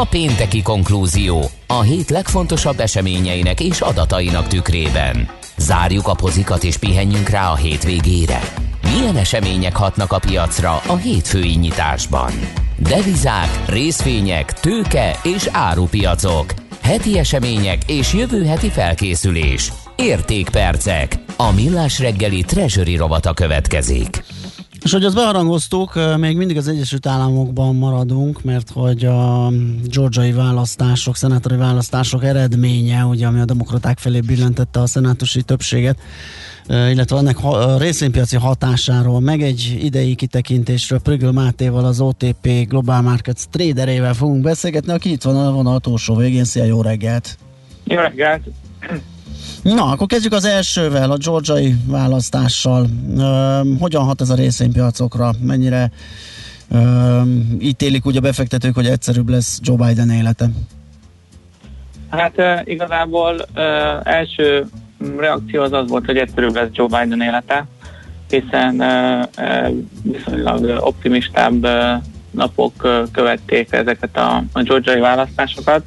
A pénteki konklúzió a hét legfontosabb eseményeinek és adatainak tükrében. Zárjuk a pozikat és pihenjünk rá a hétvégére. Milyen események hatnak a piacra a hétfői nyitásban? Devizák, részvények, tőke és árupiacok. Heti események és jövő heti felkészülés. Értékpercek. A Millás reggeli Treasury rovata következik. És hogy azt beharangoztuk, még mindig az Egyesült Államokban maradunk, mert hogy a georgiai választások, szenátori választások eredménye, ugye, ami a demokraták felé billentette a szenátusi többséget, illetve ennek a részvénypiaci hatásáról, meg egy idei kitekintésről Prügl Mátéval, az OTP Global Markets traderével fogunk beszélgetni, aki itt van a vonal túlsó végén. Szia, jó reggelt! Jó reggelt! Na, akkor kezdjük az elsővel, a georgiai választással. Hogyan hat ez a részvénypiacokra? Mennyire ítélik úgy a befektetők, hogy egyszerűbb lesz Joe Biden élete? Hát igazából első reakció az volt, hogy egyszerűbb lesz Joe Biden élete, hiszen viszonylag optimistább napok követték ezeket a georgiai választásokat,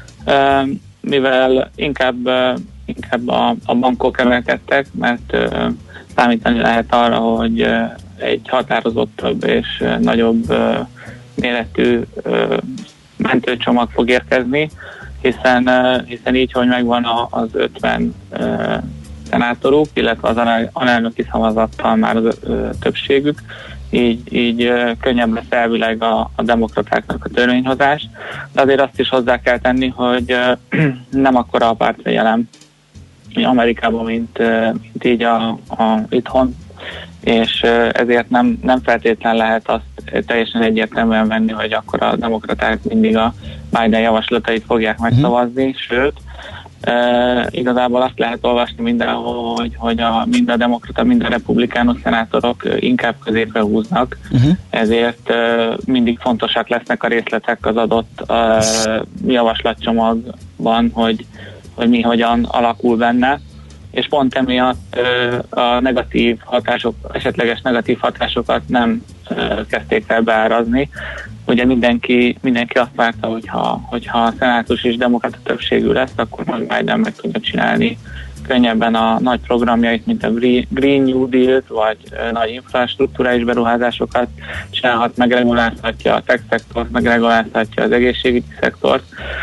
mivel inkább a bankok emelkedtek, mert számítani lehet arra, hogy egy határozottabb és nagyobb méretű mentőcsomag fog érkezni, hiszen így, hogy megvan az 50 szenátoruk, illetve az alelnöki szavazattal már az többségük, így könnyebb lesz elvileg a demokratáknak a törvényhozás, de azért azt is hozzá kell tenni, hogy nem akkora a pártfegyelem Amerikában, mint így itthon, és ezért nem feltétlen lehet azt teljesen egyértelműen venni, hogy akkor a demokraták mindig a Biden javaslatait fogják megszavazni, sőt, igazából azt lehet olvasni mindenhol, hogy mind a demokrata, mind a republikánus szenátorok inkább középre húznak, ezért mindig fontosak lesznek a részletek az adott javaslatcsomagban, hogy mi hogyan alakul benne, és pont emiatt a negatív hatások, esetleges negatív hatásokat nem kezdték el beárazni. Ugye mindenki azt várta, hogyha a szenátus is demokrata többségű lesz, akkor majd Biden meg tudja csinálni könnyebben a nagy programjait, mint a Green New Deal-t, vagy nagy infrastruktúrális beruházásokat csinálhat, megregulázhatja a tech szektort, megregulázhatja az egészségügyi szektort,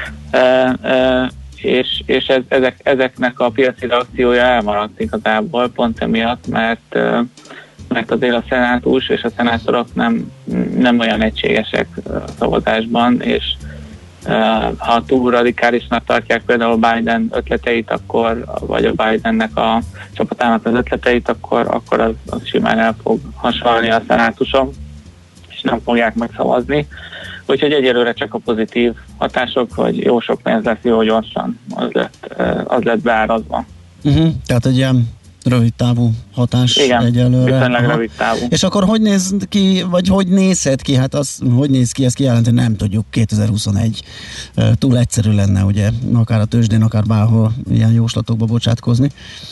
és ezeknek a piaci reakciója elmaradt igazából pont emiatt, mert azért a szenátus és a szenátorok nem olyan egységesek a szavazásban, és ha túl radikálisnak tartják például Biden ötleteit, vagy a Bidennek a csapatának az ötleteit, akkor az simán el fog hasonlni a szenátuson, és nem fogják megszavazni. Úgyhogy egyelőre csak a pozitív hatások, hogy jó sok pénz lesz jó gyorsan, az lett beárazva. Tehát egy ilyen rövid távú hatás. Igen, egyelőre. Viszonylag rövid távú. És akkor hogy néz ki, vagy hogy nézhet ki? Hát hogy néz ki, ezt kijelenti, nem tudjuk. 2021 túl egyszerű lenne, ugye, akár a tőzsdén, akár bárhol ilyen jóslatokba bocsátkozni.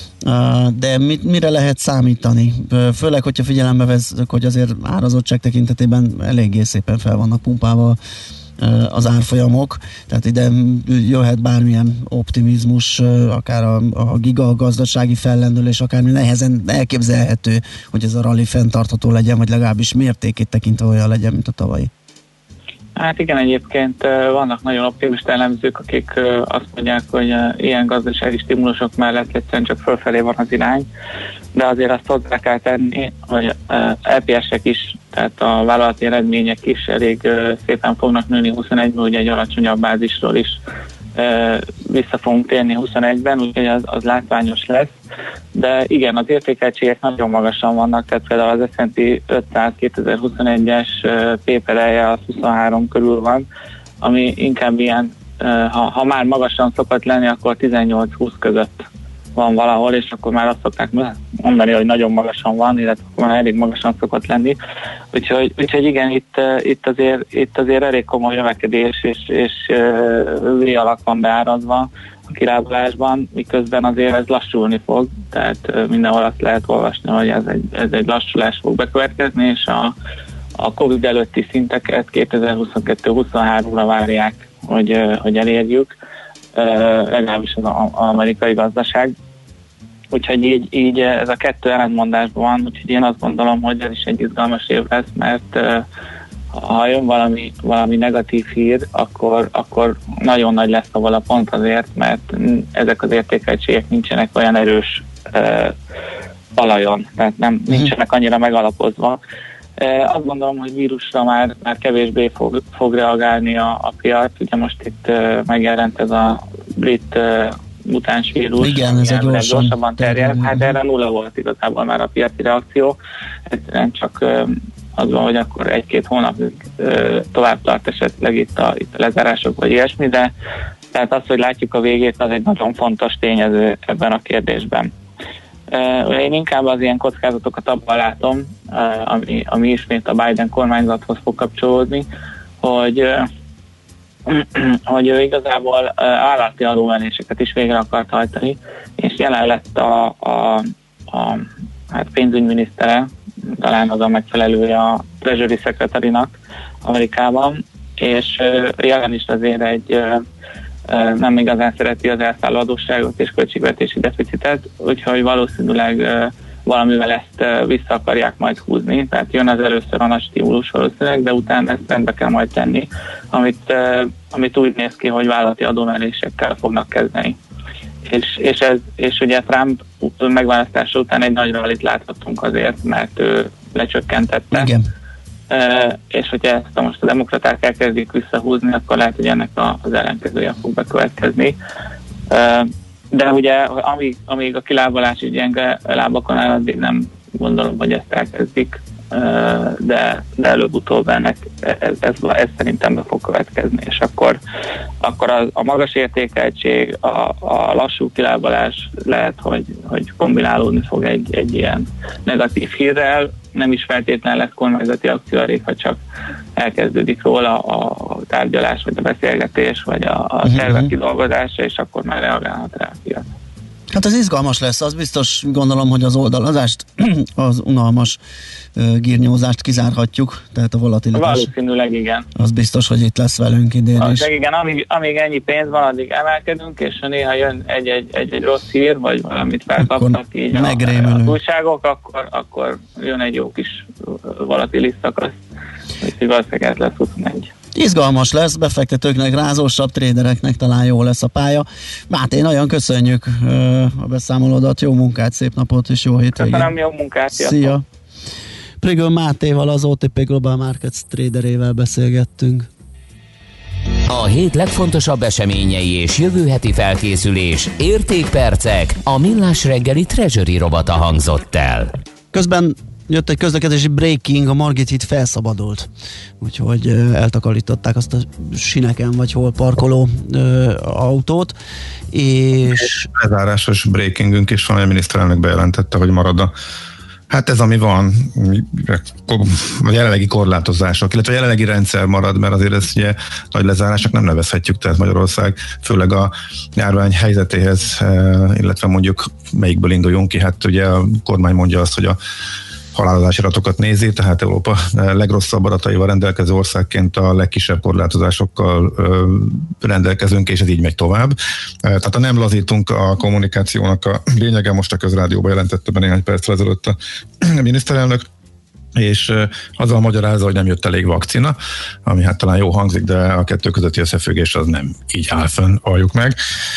De mire lehet számítani? Főleg, hogyha figyelembe veszünk, hogy azért árazottság tekintetében eléggé szépen fel vannak pumpálva az árfolyamok, tehát ide jöhet bármilyen optimizmus, akár a gigagazdasági fellendülés, akármi nehezen elképzelhető, hogy ez a rally fenntartható legyen, vagy legalábbis mértékét tekintve olyan legyen, mint a tavalyi. Hát igen, egyébként vannak nagyon optimista elemzők, akik azt mondják, hogy ilyen gazdasági stimulusok mellett egyszerűen csak fölfelé van az irány, de azért azt hozzá kell tenni, hogy LPS-ek is, tehát a vállalati eredmények is elég szépen fognak nőni 21-ben, ugye egy alacsonyabb bázisról is vissza fogunk térni 21-ben, úgyhogy az látványos lesz. De igen, az értékeltségek nagyon magasan vannak, tehát például az S&P 500 2021-es P/E az 23 körül van, ami inkább ilyen, ha már magasan szokott lenni, akkor 18-20 között van valahol, és akkor már azt szokták mondani, hogy nagyon magasan van, illetve már elég magasan szokott lenni. Úgyhogy igen, itt azért elég komoly növekedés és V-alak van beárazva a kirándulásban, miközben azért ez lassulni fog, tehát mindenhol azt lehet olvasni, hogy ez egy lassulás fog bekövetkezni, és a Covid előtti szinteket 2022-23-ra várják hogy elérjük, legalábbis az amerikai gazdaság. Úgyhogy így ez a kettő ellentmondásban van, úgyhogy én azt gondolom, hogy ez is egy izgalmas év lesz, mert ha jön valami negatív hír, akkor nagyon nagy lesz a vala pont azért, mert ezek az értékeltségek nincsenek olyan erős talajon, tehát nincsenek annyira megalapozva. Azt gondolom, hogy vírusra már kevésbé fog reagálni a piac. Ugye most itt megjelent ez a brit mutáns vírus, igen, ez gyorsabban terjed. Hát erre nulla volt igazából már a piaci reakció. Egyszerűen csak az van, hogy akkor 1-2 hónapig tovább tart esetleg itt a lezárások vagy ilyesmi, de tehát az, hogy látjuk a végét, az egy nagyon fontos tényező ebben a kérdésben. Én inkább az ilyen kockázatokat abban látom, ami ismét a Biden kormányzathoz fog kapcsolódni, hogy ő igazából állati adóemeléseket is végre akart hajtani, és jelen lett a pénzügyminisztere, talán az a megfelelője a Treasury Secretary-nak Amerikában, és jelen is azért nem igazán szereti az elszálló adósságot és költségvetési deficitet, úgyhogy valószínűleg valamivel ezt vissza akarják majd húzni, tehát jön az először a nagy stimulus valószínűleg, de utána ezt rendbe kell majd tenni, amit úgy néz ki, hogy vállalati adóemelésekkel fognak kezdeni. És ugye Trump megválasztása után egy nagy rallit láthatunk azért, mert ő lecsökkentette. Igen. És hogyha ezt most a demokraták elkezdik visszahúzni, akkor lehet, hogy ennek az ellenkezője fog bekövetkezni. De ugye amíg a kilábalás így gyenge lábakon áll, addig nem gondolom, hogy ezt elkezdik, de előbb-utóbb ennek ez szerintem be fog következni, és akkor a magas értékeltség, a lassú kilábalás lehet, hogy kombinálódni fog egy ilyen negatív hírrel, nem is feltétlenül lesz kormányzati akció elég, ha csak elkezdődik róla a tárgyalás, vagy a beszélgetés, vagy a tervek kidolgozása, és akkor már reagálhat rá a piac. Hát ez izgalmas lesz, az biztos, gondolom, hogy az oldalazást, az unalmas gírnyózást kizárhatjuk, tehát a volatilitás. Valószínűleg igen. Az biztos, hogy itt lesz velünk idén is. Igen, amíg ennyi pénz van, addig emelkedünk, és ha néha jön egy rossz hír, vagy valamit felkapnak így az újságok, akkor jön egy jó kis volatilis szakasz, úgyhogy valószínűleg ez lesz 21. Izgalmas lesz, befektetőknek, rázósabb trédereknek talán jó lesz a pálya. Máté, nagyon köszönjük a beszámolódat, jó munkát, szép napot és jó hétvégét. Köszönöm, jó munkát. Szia! Prigl Mátéval, az OTP Global Markets traderével beszélgettünk. A hét legfontosabb eseményei és jövő heti felkészülés, értékpercek, a Millás reggeli Treasury rovata hangzott el. Közben jött egy közlekedési breaking, a Margit híd felszabadult, úgyhogy eltakarították azt a sineken vagy hol parkoló autót, és... Lezárásos breakingünk is van, a miniszterelnök bejelentette, hogy marad hát ez ami van, a jelenlegi korlátozások, illetve a jelenlegi rendszer marad, mert azért ezt ugye nagy lezárásnak nem nevezhetjük, tehát Magyarország főleg a járvány helyzetéhez, illetve mondjuk melyikből induljunk ki, hát ugye a kormány mondja azt, hogy a halálozási adatokat nézi, tehát Európa legrosszabb adataival rendelkező országként a legkisebb korlátozásokkal rendelkezünk, és ez így megy tovább. Tehát ha nem lazítunk, a kommunikációnak a lényege, most a Közrádióban jelentette be néhány perccel ezelőtt a miniszterelnök, és azzal magyarázza, hogy nem jött elég vakcina, ami hát talán jó hangzik, de a kettő közötti összefüggés az nem így áll fönn, halljuk meg.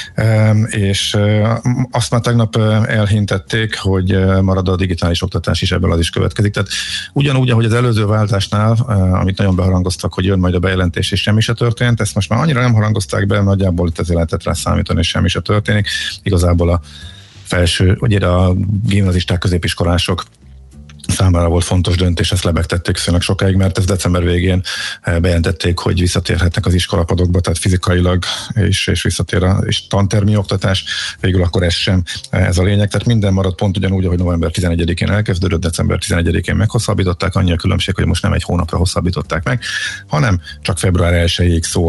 És azt már tegnap elhintették, hogy marad a digitális oktatás is, ebből az is következik. Tehát ugyanúgy, ahogy az előző váltásnál, amit nagyon beharangoztak, hogy jön majd a bejelentés, és semmi se történt, ezt most már annyira nem harangozták be, nagyjából itt ezért lehetett rá számítani, és semmi se történik. Igazából a felső, ugye a gimnazisták, középiskolások számára volt fontos döntés, ezt lebegtették viszonylag sokáig, mert ez december végén bejelentették, hogy visszatérhetnek az iskolapadokba, tehát fizikailag, és visszatér a tantermi oktatás, végül akkor ez sem ez a lényeg, tehát minden maradt pont ugyanúgy, ahogy november 11-én elkezdődött, december 11-én meghosszabbították, annyi a különbség, hogy most nem egy hónapra hosszabbították meg, hanem csak február 1-ig szól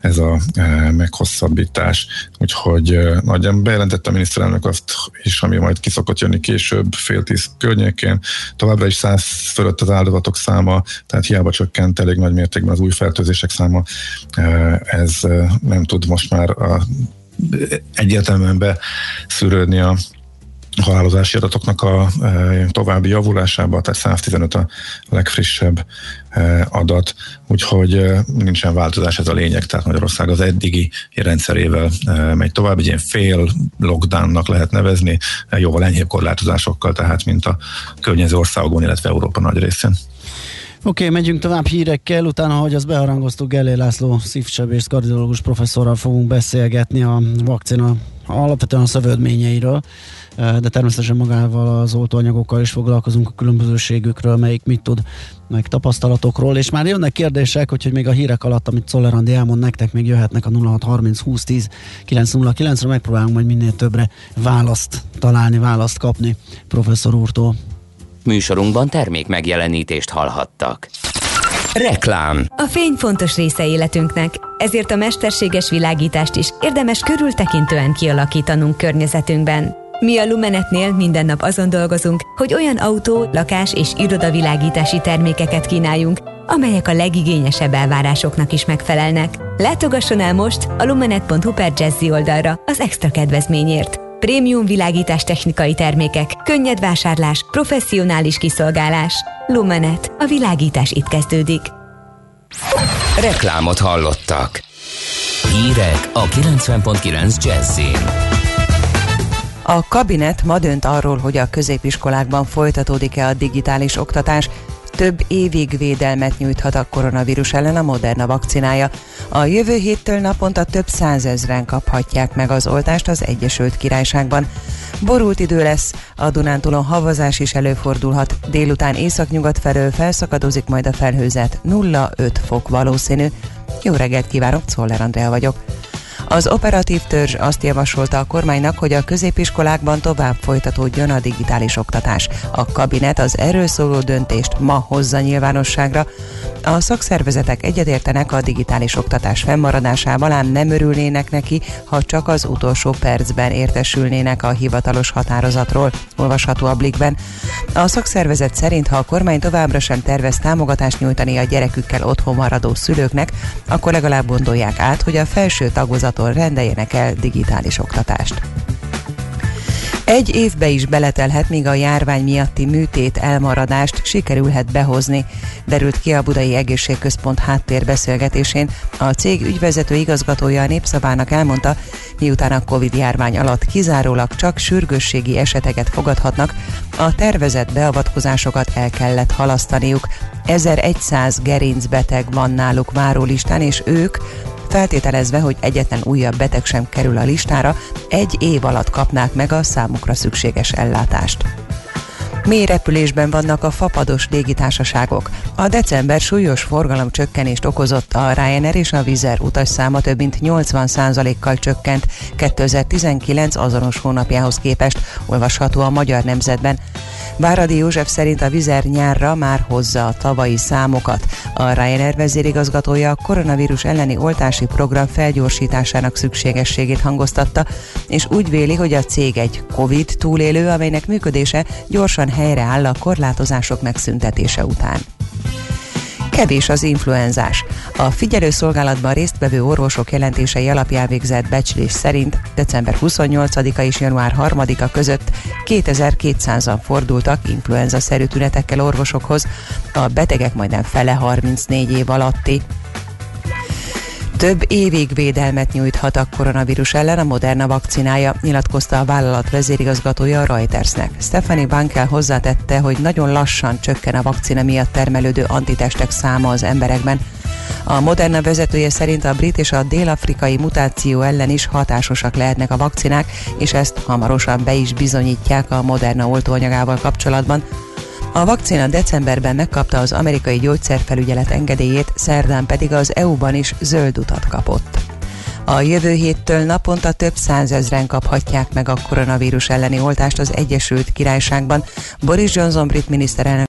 ez a meghosszabbítás. Úgyhogy nagyjából bejelentette a miniszterelnök azt is, ami majd ki szokott jönni később, 9:30 környékén. Továbbra is 100 fölött az áldozatok száma, tehát hiába csökkent elég nagy mértékben az új fertőzések száma, ez nem tud most már egyértelműen beszűrődni a halálozási adatoknak a további javulásába, tehát 115 a legfrissebb adat, úgyhogy nincsen változás, ez a lényeg, tehát Magyarország az eddigi rendszerével megy tovább, egy ilyen fél lockdownnak lehet nevezni, jóval enyhébb korlátozásokkal, tehát mint a környező országokban, illetve Európa nagy részén. Oké, megyünk tovább hírekkel, utána, ahogy azt beharangoztuk, Gellé László szívsebész kardiológus professzorral fogunk beszélgetni a vakcina alapvetően a szövődményeiről, de természetesen magával az oltóanyagokkal is foglalkozunk, a különbözőségükről, melyik mit tud, meg tapasztalatokról, és már jönnek kérdések, hogy még a hírek alatt, amit Czoller Andi elmond nektek, még jöhetnek a 0630 20 10 909-re, megpróbálunk majd minél többre választ találni, választ kapni professzor úrtól. Műsorunkban termék megjelenítést hallhattak. Reklám. A fény fontos része életünknek, ezért a mesterséges világítást is érdemes körültekintően kialakítanunk környezetünkben. Mi a Lumenetnél minden nap azon dolgozunk, hogy olyan autó, lakás és irodavilágítási termékeket kínáljunk, amelyek a legigényesebb elvárásoknak is megfelelnek. Látogasson el most a lumenet.hu/Jazzy oldalra az extra kedvezményért. Prémium világítás technikai termékek, könnyed vásárlás, professzionális kiszolgálás. Lumenet. A világítás itt kezdődik. Reklámot hallottak. Hírek a 90.9 Jazzyn. A kabinet ma dönt arról, hogy a középiskolákban folytatódik-e a digitális oktatás. Több évig védelmet nyújthat a koronavírus ellen a Moderna vakcinája. A jövő héttől naponta több 100 000-en kaphatják meg az oltást az Egyesült Királyságban. Borult idő lesz, a Dunántúlon havazás is előfordulhat, délután északnyugat felől felszakadozik majd a felhőzet, 0-5 fok valószínű. Jó reggelt kívánok, Czoller Andrea vagyok. Az operatív törzs azt javasolta a kormánynak, hogy a középiskolákban tovább folytatódjon a digitális oktatás. A kabinet az erről szóló döntést ma hozza nyilvánosságra. A szakszervezetek egyetértenek a digitális oktatás fennmaradásával, ám nem örülnének neki, ha csak az utolsó percben értesülnének a hivatalos határozatról, olvasható a Blikkben. A szakszervezet szerint, ha a kormány továbbra sem tervez támogatást nyújtani a gyerekükkel otthon maradó szülőknek, akkor legalább gondolják át, hogy a felső tagozaton rendeljenek el digitális oktatást. Egy évbe is beletelhet, míg a járvány miatti műtét elmaradást sikerülhet behozni, derült ki a Budai Egészségközpont háttérbeszélgetésén. A cég ügyvezető igazgatója a Népszavának elmondta, miután a Covid-járvány alatt kizárólag csak sürgősségi eseteket fogadhatnak, a tervezett beavatkozásokat el kellett halasztaniuk. 1100 gerincbeteg van náluk várólistán, és ők, feltételezve, hogy egyetlen újabb beteg sem kerül a listára, egy év alatt kapnák meg a számukra szükséges ellátást. Mély repülésben vannak a fapados légitársaságok. A december súlyos forgalomcsökkenést okozott, a Ryanair és a Wizz Air utasszáma több mint 80%-kal csökkent 2019 azonos hónapjához képest, olvasható a Magyar Nemzetben. Váradi József szerint a Wizz Air nyárra már hozza a tavalyi számokat. A Ryanair vezérigazgatója a koronavírus elleni oltási program felgyorsításának szükségességét hangoztatta, és úgy véli, hogy a cég egy Covid túlélő, amelynek működése gyorsan helyreáll a korlátozások megszüntetése után. Kevés az influenzás. A figyelőszolgálatban résztvevő orvosok jelentései alapján végzett becslés szerint december 28-a és január 3-a között 2200-an fordultak influenza-szerű tünetekkel orvosokhoz, a betegek majdnem fele 34 év alatti. Több évig védelmet nyújthat a koronavírus ellen a Moderna vakcinája, nyilatkozta a vállalat vezérigazgatója a Reutersnek. Stephanie Bankel hozzátette, hogy nagyon lassan csökken a vakcina miatt termelődő antitestek száma az emberekben. A Moderna vezetője szerint a brit és a dél-afrikai mutáció ellen is hatásosak lehetnek a vakcinák, és ezt hamarosan be is bizonyítják a Moderna oltóanyagával kapcsolatban. A vakcina decemberben megkapta az amerikai gyógyszerfelügyelet engedélyét, szerdán pedig az EU-ban is zöld utat kapott. A jövő héttől naponta több 100 000-en kaphatják meg a koronavírus elleni oltást az Egyesült Királyságban. Boris Johnson brit miniszterelnök